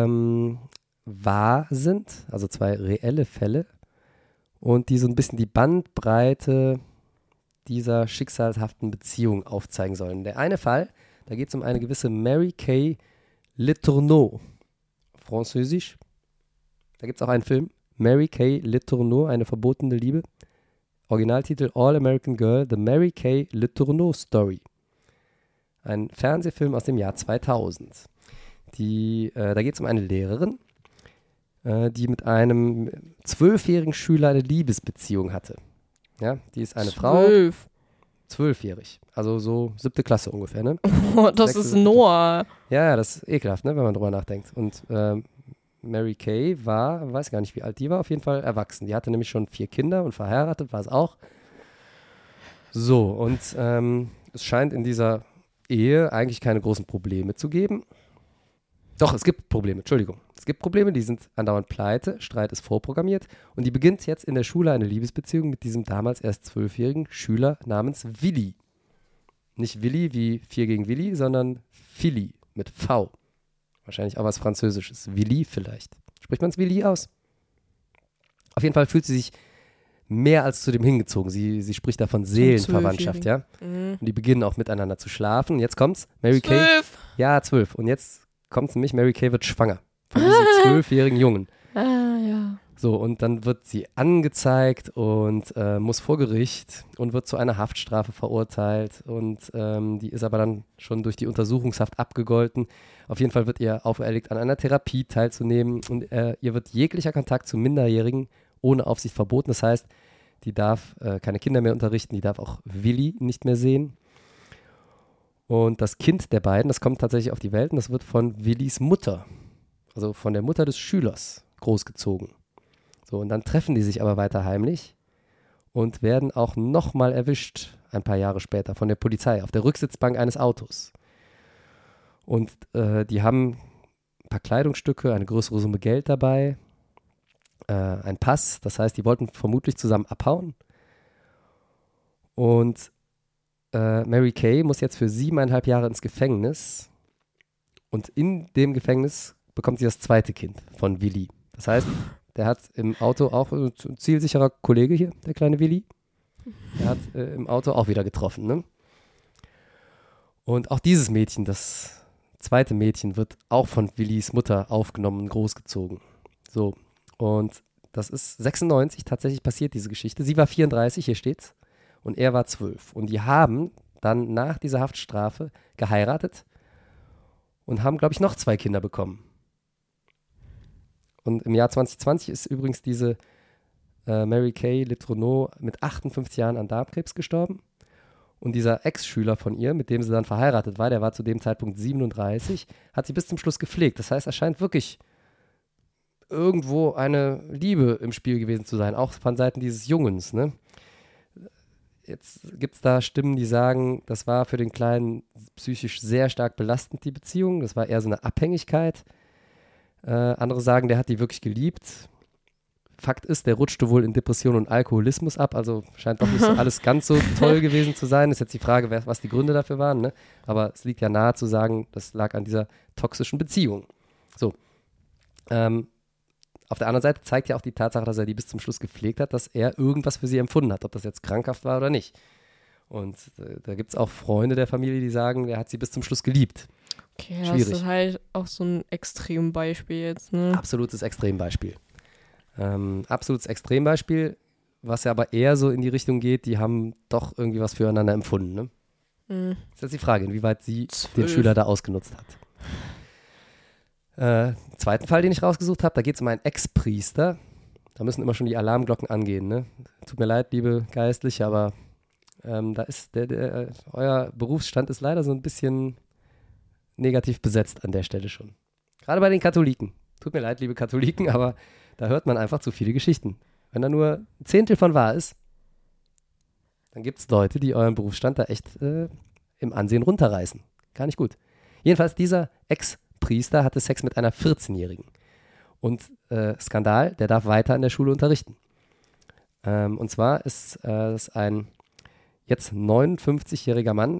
wahr sind, also 2 reelle Fälle und die so ein bisschen die Bandbreite dieser schicksalhaften Beziehung aufzeigen sollen. Der eine Fall, da geht es um eine gewisse Mary Kay Letourneau, französisch. Da gibt es auch einen Film, Mary Kay Letourneau, eine verbotene Liebe. Originaltitel All American Girl, The Mary Kay Letourneau Story. Ein Fernsehfilm aus dem Jahr 2000. Da geht es um eine Lehrerin, die mit einem 12-jährigen Schüler eine Liebesbeziehung hatte. Ja, die ist eine Frau, 12-jährig, also so 7. Klasse ungefähr, ne? Oh, das 6., ist 7. Noah. Ja, das ist ekelhaft, ne, wenn man drüber nachdenkt. Und Mary Kay weiß gar nicht, wie alt die war, auf jeden Fall erwachsen. Die hatte nämlich schon 4 Kinder und verheiratet war es auch. So, und es scheint in dieser Ehe eigentlich keine großen Probleme zu geben. Doch, es gibt Probleme, Entschuldigung. Es gibt Probleme, die sind andauernd pleite, Streit ist vorprogrammiert und die beginnt jetzt in der Schule eine Liebesbeziehung mit diesem damals erst 12-jährigen Schüler namens Willi. Nicht Willi wie 4 gegen Willi, sondern Philly mit V. Wahrscheinlich auch was Französisches. Willi vielleicht. Spricht man es Willi aus? Auf jeden Fall fühlt sie sich mehr als zu dem hingezogen. Sie spricht da von Seelenverwandtschaft, ja. Und die beginnen auch miteinander zu schlafen. Und jetzt kommt's, Mary Kay. 12. Ja, 12. Und jetzt kommt's nämlich, Mary Kay wird schwanger. Von diesem 12-jährigen Jungen. Ja. So, und dann wird sie angezeigt und muss vor Gericht und wird zu einer Haftstrafe verurteilt. Und die ist aber dann schon durch die Untersuchungshaft abgegolten. Auf jeden Fall wird ihr auferlegt, an einer Therapie teilzunehmen. Und ihr wird jeglicher Kontakt zu Minderjährigen ohne Aufsicht verboten. Das heißt, die darf keine Kinder mehr unterrichten, die darf auch Willi nicht mehr sehen. Und das Kind der beiden, das kommt tatsächlich auf die Welt und das wird von Willis Mutter, also von der Mutter des Schülers, großgezogen. So, und dann treffen die sich aber weiter heimlich und werden auch nochmal erwischt, ein paar Jahre später, von der Polizei auf der Rücksitzbank eines Autos. Und die haben ein paar Kleidungsstücke, eine größere Summe Geld dabei, ein Pass, das heißt, die wollten vermutlich zusammen abhauen. Und Mary Kay muss jetzt für 7,5 Jahre ins Gefängnis und in dem Gefängnis bekommt sie das zweite Kind von Willi. Das heißt, der hat im Auto auch, ein zielsicherer Kollege hier, der kleine Willi, der hat im Auto auch wieder getroffen. Ne? Und auch dieses Mädchen, das zweite Mädchen, wird auch von Willis Mutter aufgenommen und großgezogen. So, und das ist 96 tatsächlich passiert, diese Geschichte. Sie war 34, hier steht's. Und er war 12. Und die haben dann nach dieser Haftstrafe geheiratet und haben, glaube ich, noch 2 Kinder bekommen. Und im Jahr 2020 ist übrigens diese Mary Kay Letourneau mit 58 Jahren an Darmkrebs gestorben. Und dieser Ex-Schüler von ihr, mit dem sie dann verheiratet war, der war zu dem Zeitpunkt 37, hat sie bis zum Schluss gepflegt. Das heißt, er scheint wirklich irgendwo eine Liebe im Spiel gewesen zu sein, auch von Seiten dieses Jungens, ne? Jetzt gibt es da Stimmen, die sagen, das war für den Kleinen psychisch sehr stark belastend, die Beziehung. Das war eher so eine Abhängigkeit. Andere sagen, der hat die wirklich geliebt. Fakt ist, der rutschte wohl in Depression und Alkoholismus ab. Also scheint doch nicht so alles ganz so toll gewesen zu sein. Ist jetzt die Frage, was die Gründe dafür waren. Ne? Aber es liegt ja nahe zu sagen, das lag an dieser toxischen Beziehung. So. Auf der anderen Seite zeigt ja auch die Tatsache, dass er die bis zum Schluss gepflegt hat, dass er irgendwas für sie empfunden hat, ob das jetzt krankhaft war oder nicht. Und da gibt es auch Freunde der Familie, die sagen, er hat sie bis zum Schluss geliebt. Okay, das Schwierig. ist halt auch so ein Extrembeispiel jetzt, ne? Absolutes Extrembeispiel. Absolutes Extrembeispiel, was ja aber eher so in die Richtung geht, die haben doch irgendwie was füreinander empfunden. Ne? Mhm. Das ist jetzt die Frage, inwieweit sie 12. den Schüler da ausgenutzt hat. Zweiten Fall, den ich rausgesucht habe, da geht es um einen Ex-Priester. Da müssen immer schon die Alarmglocken angehen. Ne? Tut mir leid, liebe Geistliche, aber da ist euer Berufsstand ist leider so ein bisschen negativ besetzt an der Stelle schon. Gerade bei den Katholiken. Tut mir leid, liebe Katholiken, aber da hört man einfach zu viele Geschichten. Wenn da nur ein Zehntel von wahr ist, dann gibt es Leute, die euren Berufsstand da echt im Ansehen runterreißen. Gar nicht gut. Jedenfalls dieser Ex-Priester hatte Sex mit einer 14-Jährigen. Und Skandal, der darf weiter an der Schule unterrichten. Und zwar ist es ein jetzt 59-jähriger Mann,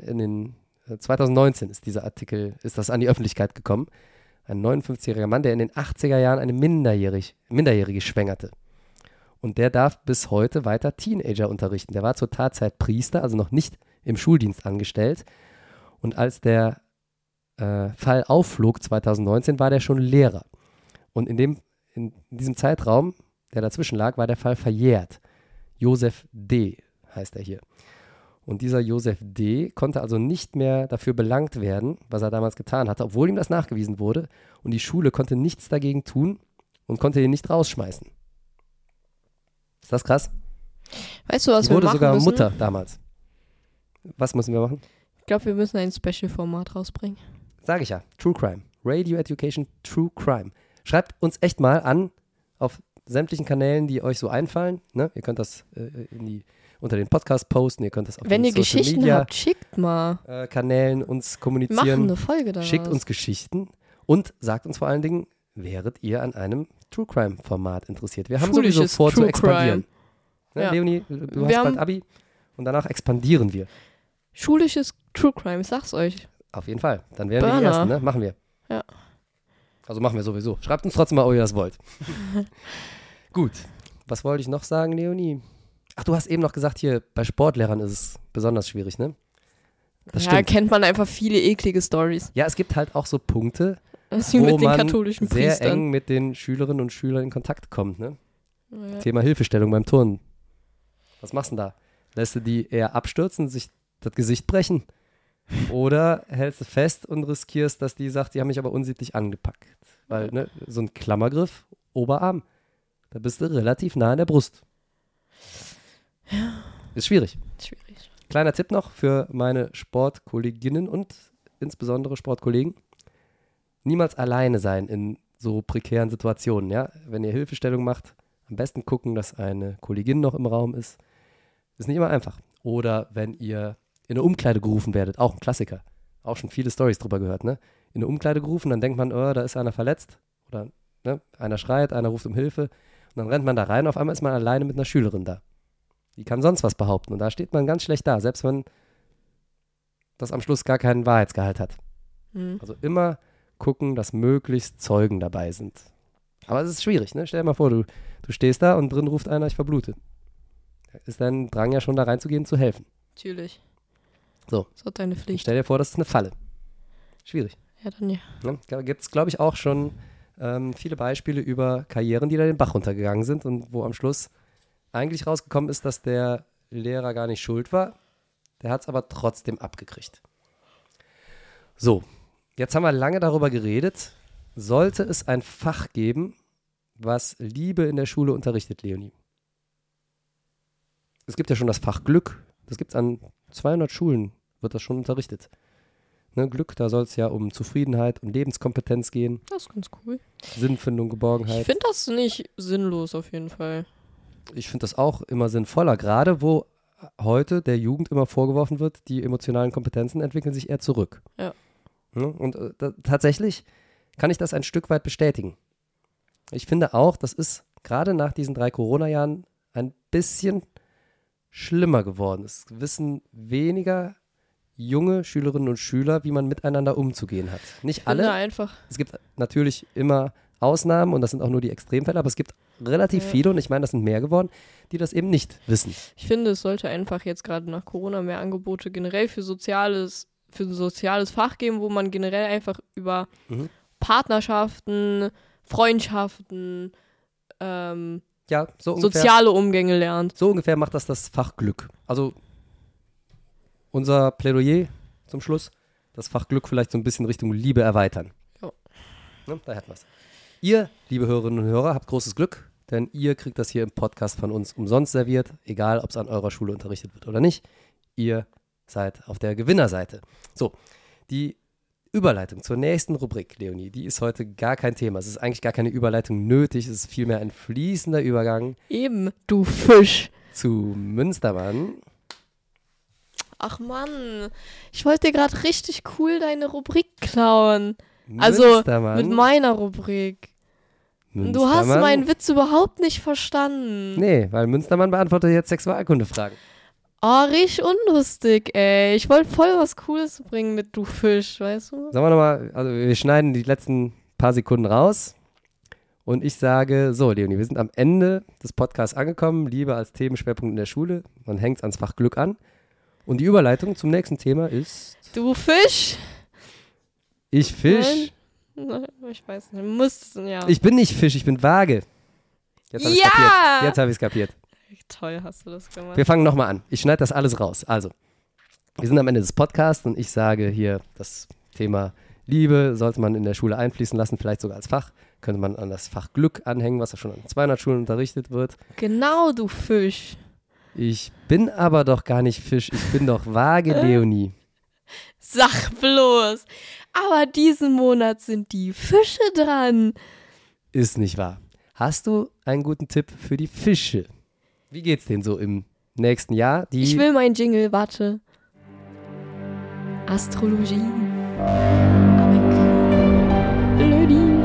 2019 ist das an die Öffentlichkeit gekommen. Ein 59-jähriger Mann, der in den 80er Jahren eine Minderjährige schwängerte. Und der darf bis heute weiter Teenager unterrichten. Der war zur Tatzeit Priester, also noch nicht im Schuldienst angestellt. Und als der Fall aufflog 2019, war der schon Lehrer. Und in diesem Zeitraum, der dazwischen lag, war der Fall verjährt. Josef D. heißt er hier. Und dieser Josef D. konnte also nicht mehr dafür belangt werden, was er damals getan hatte, obwohl ihm das nachgewiesen wurde. Und die Schule konnte nichts dagegen tun und konnte ihn nicht rausschmeißen. Ist das krass? Weißt du, was Die wir wurde machen sogar müssen? Mutter damals. Was müssen wir machen? Ich glaube, wir müssen ein Special-Format rausbringen. Sage ich ja. True Crime. Radio Education True Crime. Schreibt uns echt mal an auf sämtlichen Kanälen, die euch so einfallen. Ne? Ihr könnt das unter den Podcast posten, ihr könnt das auf Wenn den ihr Social Geschichten Media habt, schickt mal. Kanälen uns Wir kommunizieren. machen eine Folge daraus. Schickt uns Geschichten und sagt uns vor allen Dingen, wäret ihr an einem True Crime Format interessiert? Wir haben sowieso Schulisches vor zu True expandieren. Ne, Ja. Leonie, du Wir hast haben- bald Abi und danach expandieren wir. Schulisches True Crime, ich sag's euch. Auf jeden Fall. Dann wären wir die Burner. Ersten, ne? Machen wir. Ja. Also machen wir sowieso. Schreibt uns trotzdem mal, ob ihr das wollt. Gut. Was wollte ich noch sagen, Leonie? Ach, du hast eben noch gesagt, hier bei Sportlehrern ist es besonders schwierig, ne? Das Ja, stimmt. kennt man einfach viele eklige Stories. Ja, es gibt halt auch so Punkte, Das ist wie wo mit den man katholischen sehr Priestern. eng mit den Schülerinnen und Schülern in Kontakt kommt, ne? Ja. Thema Hilfestellung beim Turnen. Was machst du denn da? Lässt du die eher abstürzen, sich das Gesicht brechen? Oder hältst du fest und riskierst, dass die sagt, die haben mich aber unsittlich angepackt? Weil, ne, so ein Klammergriff, Oberarm, da bist du relativ nah an der Brust. Ja. Ist schwierig. Schwierig. Kleiner Tipp noch für meine Sportkolleginnen und insbesondere Sportkollegen. Niemals alleine sein in so prekären Situationen. Ja? Wenn ihr Hilfestellung macht, am besten gucken, dass eine Kollegin noch im Raum ist. Ist nicht immer einfach. Oder wenn ihr in eine Umkleide gerufen werdet, auch ein Klassiker. Auch schon viele Storys drüber gehört, ne? In eine Umkleide gerufen, dann denkt man, da ist einer verletzt. Oder ne? Einer schreit, einer ruft um Hilfe. Und dann rennt man da rein, auf einmal ist man alleine mit einer Schülerin da. Die kann sonst was behaupten. Und da steht man ganz schlecht da, selbst wenn das am Schluss gar keinen Wahrheitsgehalt hat. Also immer gucken, dass möglichst Zeugen dabei sind. Aber es ist schwierig, ne? Stell dir mal vor, du stehst da und drin ruft einer, ich verblute. Da ist dein Drang ja schon da reinzugehen, zu helfen. Natürlich. So. Das ist deine Und Pflicht. stell dir vor, das ist eine Falle. Schwierig. Ja, dann ja. Ne? Da gibt es, glaube ich, auch schon viele Beispiele über Karrieren, die da den Bach runtergegangen sind und wo am Schluss eigentlich rausgekommen ist, dass der Lehrer gar nicht schuld war. Der hat es aber trotzdem abgekriegt. So, jetzt haben wir lange darüber geredet. Sollte es ein Fach geben, was Liebe in der Schule unterrichtet, Leonie? Es gibt ja schon das Fach Glück. Das gibt es an 200 Schulen, wird das schon unterrichtet. Ne, Glück, da soll es ja um Zufriedenheit und Lebenskompetenz gehen. Das ist ganz cool. Sinnfindung, Geborgenheit. Ich finde das nicht sinnlos auf jeden Fall. Ich finde das auch immer sinnvoller, gerade wo heute der Jugend immer vorgeworfen wird, die emotionalen Kompetenzen entwickeln sich eher zurück. Ja. Ne, und tatsächlich kann ich das ein Stück weit bestätigen. Ich finde auch, das ist gerade nach diesen 3 Corona-Jahren ein bisschen schlimmer geworden. Es wissen weniger junge Schülerinnen und Schüler, wie man miteinander umzugehen hat. Nicht alle. Einfach. Es gibt natürlich immer Ausnahmen und das sind auch nur die Extremfälle, aber es gibt relativ viele, und ich meine, das sind mehr geworden, die das eben nicht wissen. Ich finde, es sollte einfach jetzt gerade nach Corona mehr Angebote generell für ein soziales Fach geben, wo man generell einfach über Partnerschaften, Freundschaften, Ja, so ungefähr. soziale Umgänge lernt. So ungefähr macht das Fach Glück. Also unser Plädoyer zum Schluss, das Fach Glück vielleicht so ein bisschen Richtung Liebe erweitern. Ja. Ne, da hätten wir es. Ihr, liebe Hörerinnen und Hörer, habt großes Glück, denn ihr kriegt das hier im Podcast von uns umsonst serviert, egal ob es an eurer Schule unterrichtet wird oder nicht. Ihr seid auf der Gewinnerseite. So, die Überleitung zur nächsten Rubrik, Leonie, die ist heute gar kein Thema. Es ist eigentlich gar keine Überleitung nötig, es ist vielmehr ein fließender Übergang Eben, du Fisch. zu Münstermann. Ach Mann, ich wollte dir gerade richtig cool deine Rubrik klauen. Also Münstermann. mit meiner Rubrik. Du hast Münstermann. meinen Witz überhaupt nicht verstanden. Nee, weil Münstermann beantwortet jetzt Sexualkunde-Fragen. Oh, richtig unlustig, ey. Ich wollte voll was Cooles bringen mit du Fisch, weißt du? Sagen wir nochmal, also wir schneiden die letzten paar Sekunden raus und ich sage, so Leonie, wir sind am Ende des Podcasts angekommen, Liebe als Themenschwerpunkt in der Schule, man hängt es ans Fach Glück an und die Überleitung zum nächsten Thema ist, Du Fisch? ich Fisch, Nein, ich weiß nicht, muss, ja. ich bin nicht Fisch, ich bin Waage. Jetzt habe ich Ja! kapiert, jetzt habe ich es kapiert. Toll hast du das gemacht. Wir fangen nochmal an, ich schneide das alles raus, also, wir sind am Ende des Podcasts und ich sage hier, das Thema Liebe sollte man in der Schule einfließen lassen, vielleicht sogar als Fach. Könnte man an das Fach Glück anhängen, was ja schon an 200 Schulen unterrichtet wird. Genau, du Fisch. Ich bin aber doch gar nicht Fisch, ich bin doch Waage, Leonie. Sag bloß. Aber diesen Monat sind die Fische dran. Ist nicht wahr. Hast du einen guten Tipp für die Fische? Wie geht's denen so im nächsten Jahr? Ich will meinen Jingle, warte. Astrologie. Avec Lödi.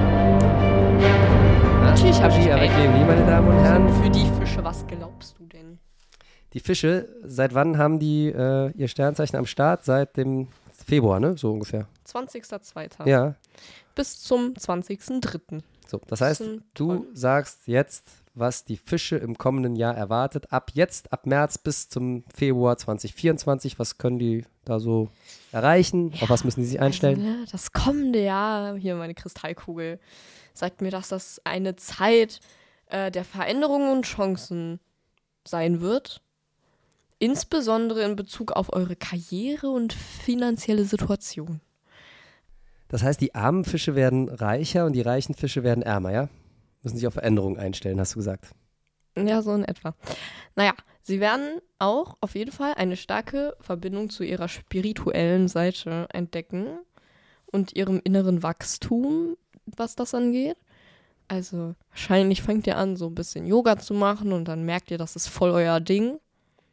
Natürlich hab ich avec einen. Leonie, meine Damen und Herren. Für die Fische, was glaubst du denn? Die Fische, seit wann haben die ihr Sternzeichen am Start? Seit dem Februar, ne? So ungefähr. 20.02. Ja. Bis zum 20.03. So, das heißt, sind du sagst jetzt, was die Fische im kommenden Jahr erwartet. Ab jetzt, ab März bis zum Februar 2024, was können die da so erreichen? Auf was müssen die sich einstellen? Also, ne, das kommende Jahr, hier meine Kristallkugel, sagt mir, dass das eine Zeit der Veränderungen und Chancen sein wird. Insbesondere in Bezug auf eure Karriere und finanzielle Situation. Das heißt, die armen Fische werden reicher und die reichen Fische werden ärmer, ja? Müssen sich auf Veränderungen einstellen, hast du gesagt. Ja, so in etwa. Naja, Sie werden auch auf jeden Fall eine starke Verbindung zu ihrer spirituellen Seite entdecken und ihrem inneren Wachstum, was das angeht. Also wahrscheinlich fängt ihr an, so ein bisschen Yoga zu machen und dann merkt ihr, das ist voll euer Ding.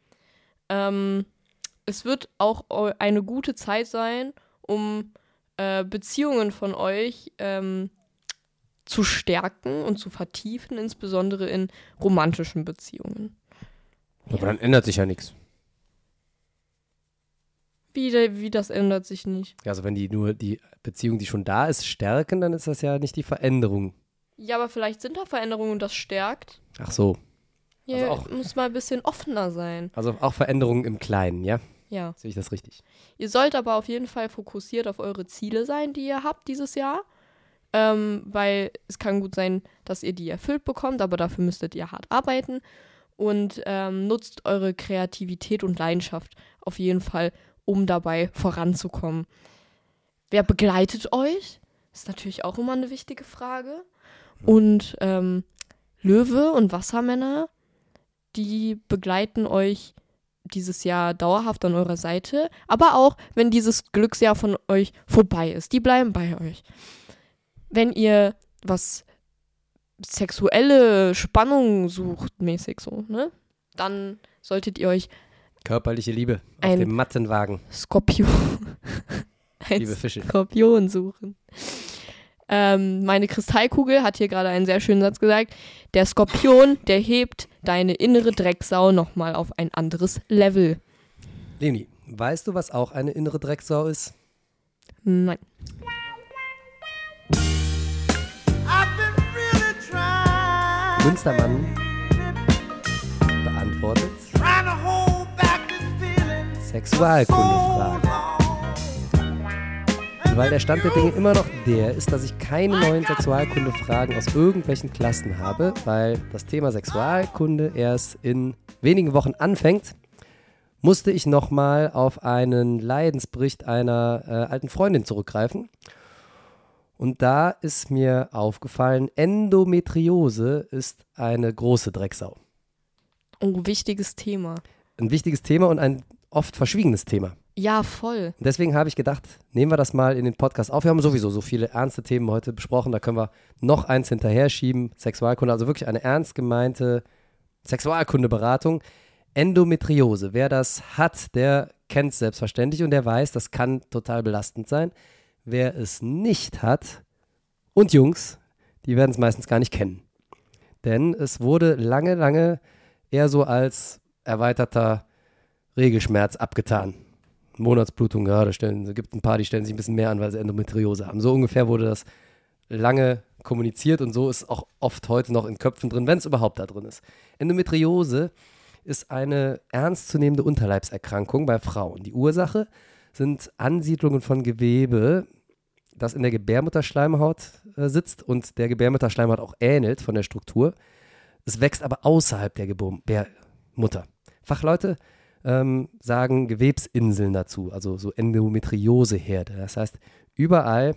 Es wird auch eine gute Zeit sein, um Beziehungen von euch zu stärken und zu vertiefen, insbesondere in romantischen Beziehungen. Aber dann ändert sich ja nichts. Wie das ändert sich nicht. Ja, also wenn die nur die Beziehung, die schon da ist, stärken, dann ist das ja nicht die Veränderung. Ja, aber vielleicht sind da Veränderungen und das stärkt. Ach so. Ja, Also auch- muss mal ein bisschen offener sein. Also auch Veränderungen im Kleinen, ja? Ja. Sehe ich das richtig? Ihr sollt aber auf jeden Fall fokussiert auf eure Ziele sein, die ihr habt dieses Jahr. Weil es kann gut sein, dass ihr die erfüllt bekommt, aber dafür müsstet ihr hart arbeiten. Und nutzt eure Kreativität und Leidenschaft auf jeden Fall, um dabei voranzukommen. Wer begleitet euch? Ist natürlich auch immer eine wichtige Frage. Und Löwe und Wassermänner, die begleiten euch dieses Jahr dauerhaft an eurer Seite, aber auch, wenn dieses Glücksjahr von euch vorbei ist. Die bleiben bei euch. Wenn ihr was sexuelle Spannung sucht, mäßig so, ne? Dann solltet ihr euch Körperliche Liebe auf Ein- dem Mattenwagen. Skorpion Liebe Fische. Skorpion suchen. Meine Kristallkugel hat hier gerade einen sehr schönen Satz gesagt. Der Skorpion, der hebt deine innere Drecksau nochmal auf ein anderes Level. Leonie, weißt du, was auch eine innere Drecksau ist? Nein. Münstermann beantwortet Sexualkundefragen. Und weil der Stand der Dinge immer noch der ist, dass ich keine neuen Sexualkundefragen aus irgendwelchen Klassen habe, weil das Thema Sexualkunde erst in wenigen Wochen anfängt, musste ich nochmal auf einen Leidensbericht einer alten Freundin zurückgreifen. Und da ist mir aufgefallen, Endometriose ist eine große Drecksau. Oh, wichtiges Thema. Ein wichtiges Thema und ein oft verschwiegenes Thema. Ja, voll. Und deswegen habe ich gedacht, nehmen wir das mal in den Podcast auf. Wir haben sowieso so viele ernste Themen heute besprochen, da können wir noch eins hinterher schieben. Sexualkunde, also wirklich eine ernst gemeinte Sexualkundeberatung. Endometriose, wer das hat, der kennt es selbstverständlich und der weiß, das kann total belastend sein. Wer es nicht hat, und Jungs, die werden es meistens gar nicht kennen. Denn es wurde lange, lange eher so als erweiterter Regelschmerz abgetan. Monatsblutung, ja, es gibt ein paar, die stellen sich ein bisschen mehr an, weil sie Endometriose haben. So ungefähr wurde das lange kommuniziert und so ist auch oft heute noch in Köpfen drin, wenn es überhaupt da drin ist. Endometriose ist eine ernstzunehmende Unterleibserkrankung bei Frauen. Die Ursache sind Ansiedlungen von Gewebe, das in der Gebärmutterschleimhaut sitzt und der Gebärmutterschleimhaut auch ähnelt von der Struktur. Es wächst aber außerhalb der Gebärmutter. Fachleute sagen Gewebsinseln dazu, also so Endometrioseherde. Das heißt, überall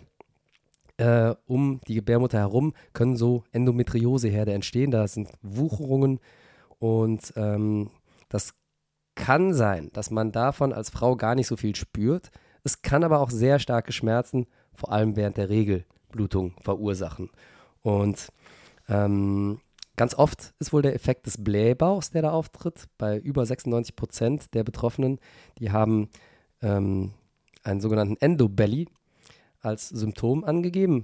um die Gebärmutter herum können so Endometrioseherde entstehen. Da sind Wucherungen und das kann sein, dass man davon als Frau gar nicht so viel spürt. Es kann aber auch sehr starke Schmerzen, vor allem während der Regelblutung, verursachen. Und ganz oft ist wohl der Effekt des Blähbauchs, der da auftritt. Bei über 96% der Betroffenen, die haben einen sogenannten Endobelly als Symptom angegeben.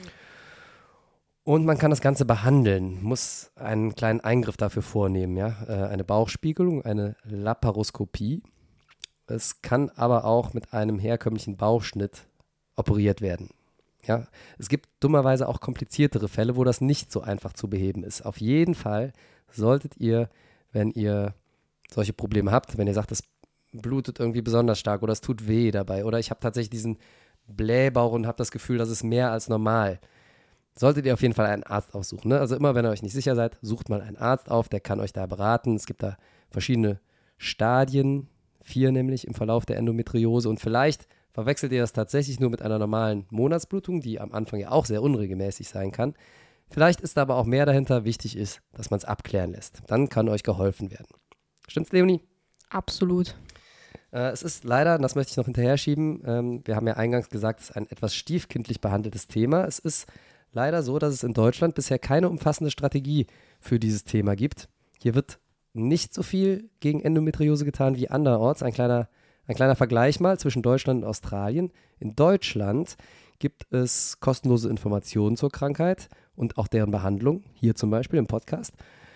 Und man kann das Ganze behandeln, muss einen kleinen Eingriff dafür vornehmen, ja, eine Bauchspiegelung, eine Laparoskopie. Es kann aber auch mit einem herkömmlichen Bauchschnitt operiert werden. Ja, es gibt dummerweise auch kompliziertere Fälle, wo das nicht so einfach zu beheben ist. Auf jeden Fall solltet ihr, wenn ihr solche Probleme habt, wenn ihr sagt, es blutet irgendwie besonders stark oder es tut weh dabei oder ich habe tatsächlich diesen Blähbauch und habe das Gefühl, das ist mehr als normal, solltet ihr auf jeden Fall einen Arzt aufsuchen. Ne? Also immer, wenn ihr euch nicht sicher seid, sucht mal einen Arzt auf, der kann euch da beraten. Es gibt da verschiedene Stadien, 4 nämlich im Verlauf der Endometriose und vielleicht verwechselt ihr das tatsächlich nur mit einer normalen Monatsblutung, die am Anfang ja auch sehr unregelmäßig sein kann. Vielleicht ist da aber auch mehr dahinter. Wichtig ist, dass man es abklären lässt. Dann kann euch geholfen werden. Stimmt's, Leonie? Absolut. Es ist leider, und das möchte ich noch hinterher schieben, wir haben ja eingangs gesagt, es ist ein etwas stiefkindlich behandeltes Thema. Es ist leider so, dass es in Deutschland bisher keine umfassende Strategie für dieses Thema gibt. Hier wird nicht so viel gegen Endometriose getan wie anderorts. Ein kleiner Vergleich mal zwischen Deutschland und Australien. In Deutschland gibt es kostenlose Informationen zur Krankheit und auch deren Behandlung, hier zum Beispiel im Podcast.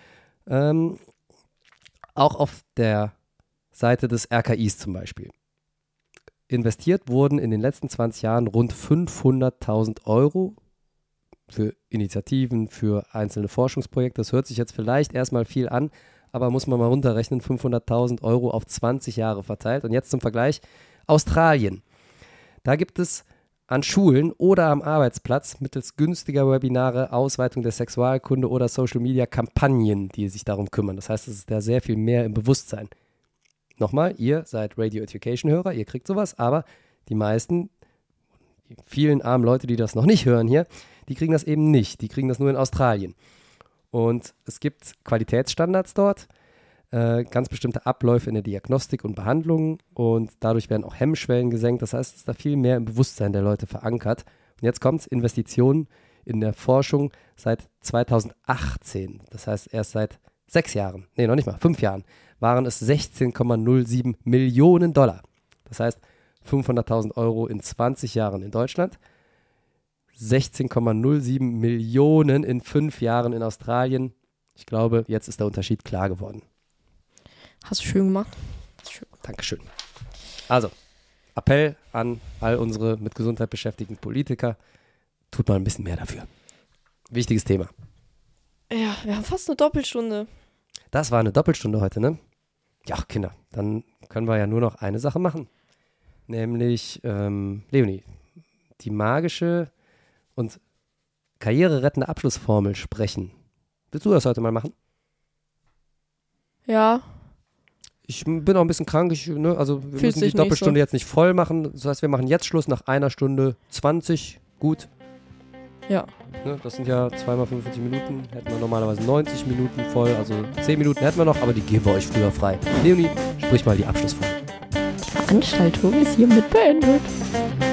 Auch auf der Seite des RKIs zum Beispiel. Investiert wurden in den letzten 20 Jahren rund 500.000 Euro für Initiativen, für einzelne Forschungsprojekte. Das hört sich jetzt vielleicht erstmal viel an, aber muss man mal runterrechnen, 500.000 Euro auf 20 Jahre verteilt. Und jetzt zum Vergleich, Australien. Da gibt es an Schulen oder am Arbeitsplatz mittels günstiger Webinare, Ausweitung der Sexualkunde oder Social-Media-Kampagnen, die sich darum kümmern. Das heißt, es ist da sehr viel mehr im Bewusstsein. Nochmal, ihr seid Radio Education-Hörer, ihr kriegt sowas, aber die meisten, die vielen armen Leute, die das noch nicht hören hier, die kriegen das eben nicht. Die kriegen das nur in Australien. Und es gibt Qualitätsstandards dort, ganz bestimmte Abläufe in der Diagnostik und Behandlung und dadurch werden auch Hemmschwellen gesenkt. Das heißt, es ist da viel mehr im Bewusstsein der Leute verankert. Und jetzt kommt es, Investitionen in der Forschung seit 2018. Das heißt, erst seit 6 Jahren, nee, noch nicht mal, 5 Jahren, waren es 16,07 Millionen Dollar. Das heißt, 500.000 Euro in 20 Jahren in Deutschland, 16,07 Millionen in 5 Jahren in Australien. Ich glaube, jetzt ist der Unterschied klar geworden. Hast du schön gemacht. Dankeschön. Also, Appell an all unsere mit Gesundheit beschäftigten Politiker, tut mal ein bisschen mehr dafür. Wichtiges Thema. Ja, wir haben fast eine Doppelstunde. Das war eine Doppelstunde heute, ne? Ja, Kinder, dann können wir ja nur noch eine Sache machen. Nämlich, Leonie, die magische und karriererettende Abschlussformel sprechen. Willst du das heute mal machen? Ja. Ich bin auch ein bisschen krank, also wir müssen die Doppelstunde jetzt nicht voll machen. Das heißt, wir machen jetzt Schluss nach 1 Stunde 20. Gut. Ja. Ne, das sind ja 2 mal 45 Minuten. Hätten wir normalerweise 90 Minuten voll. Also 10 Minuten hätten wir noch, aber die geben wir euch früher frei. Leonie, sprich mal die Abschlussformel. Die Veranstaltung ist hiermit beendet.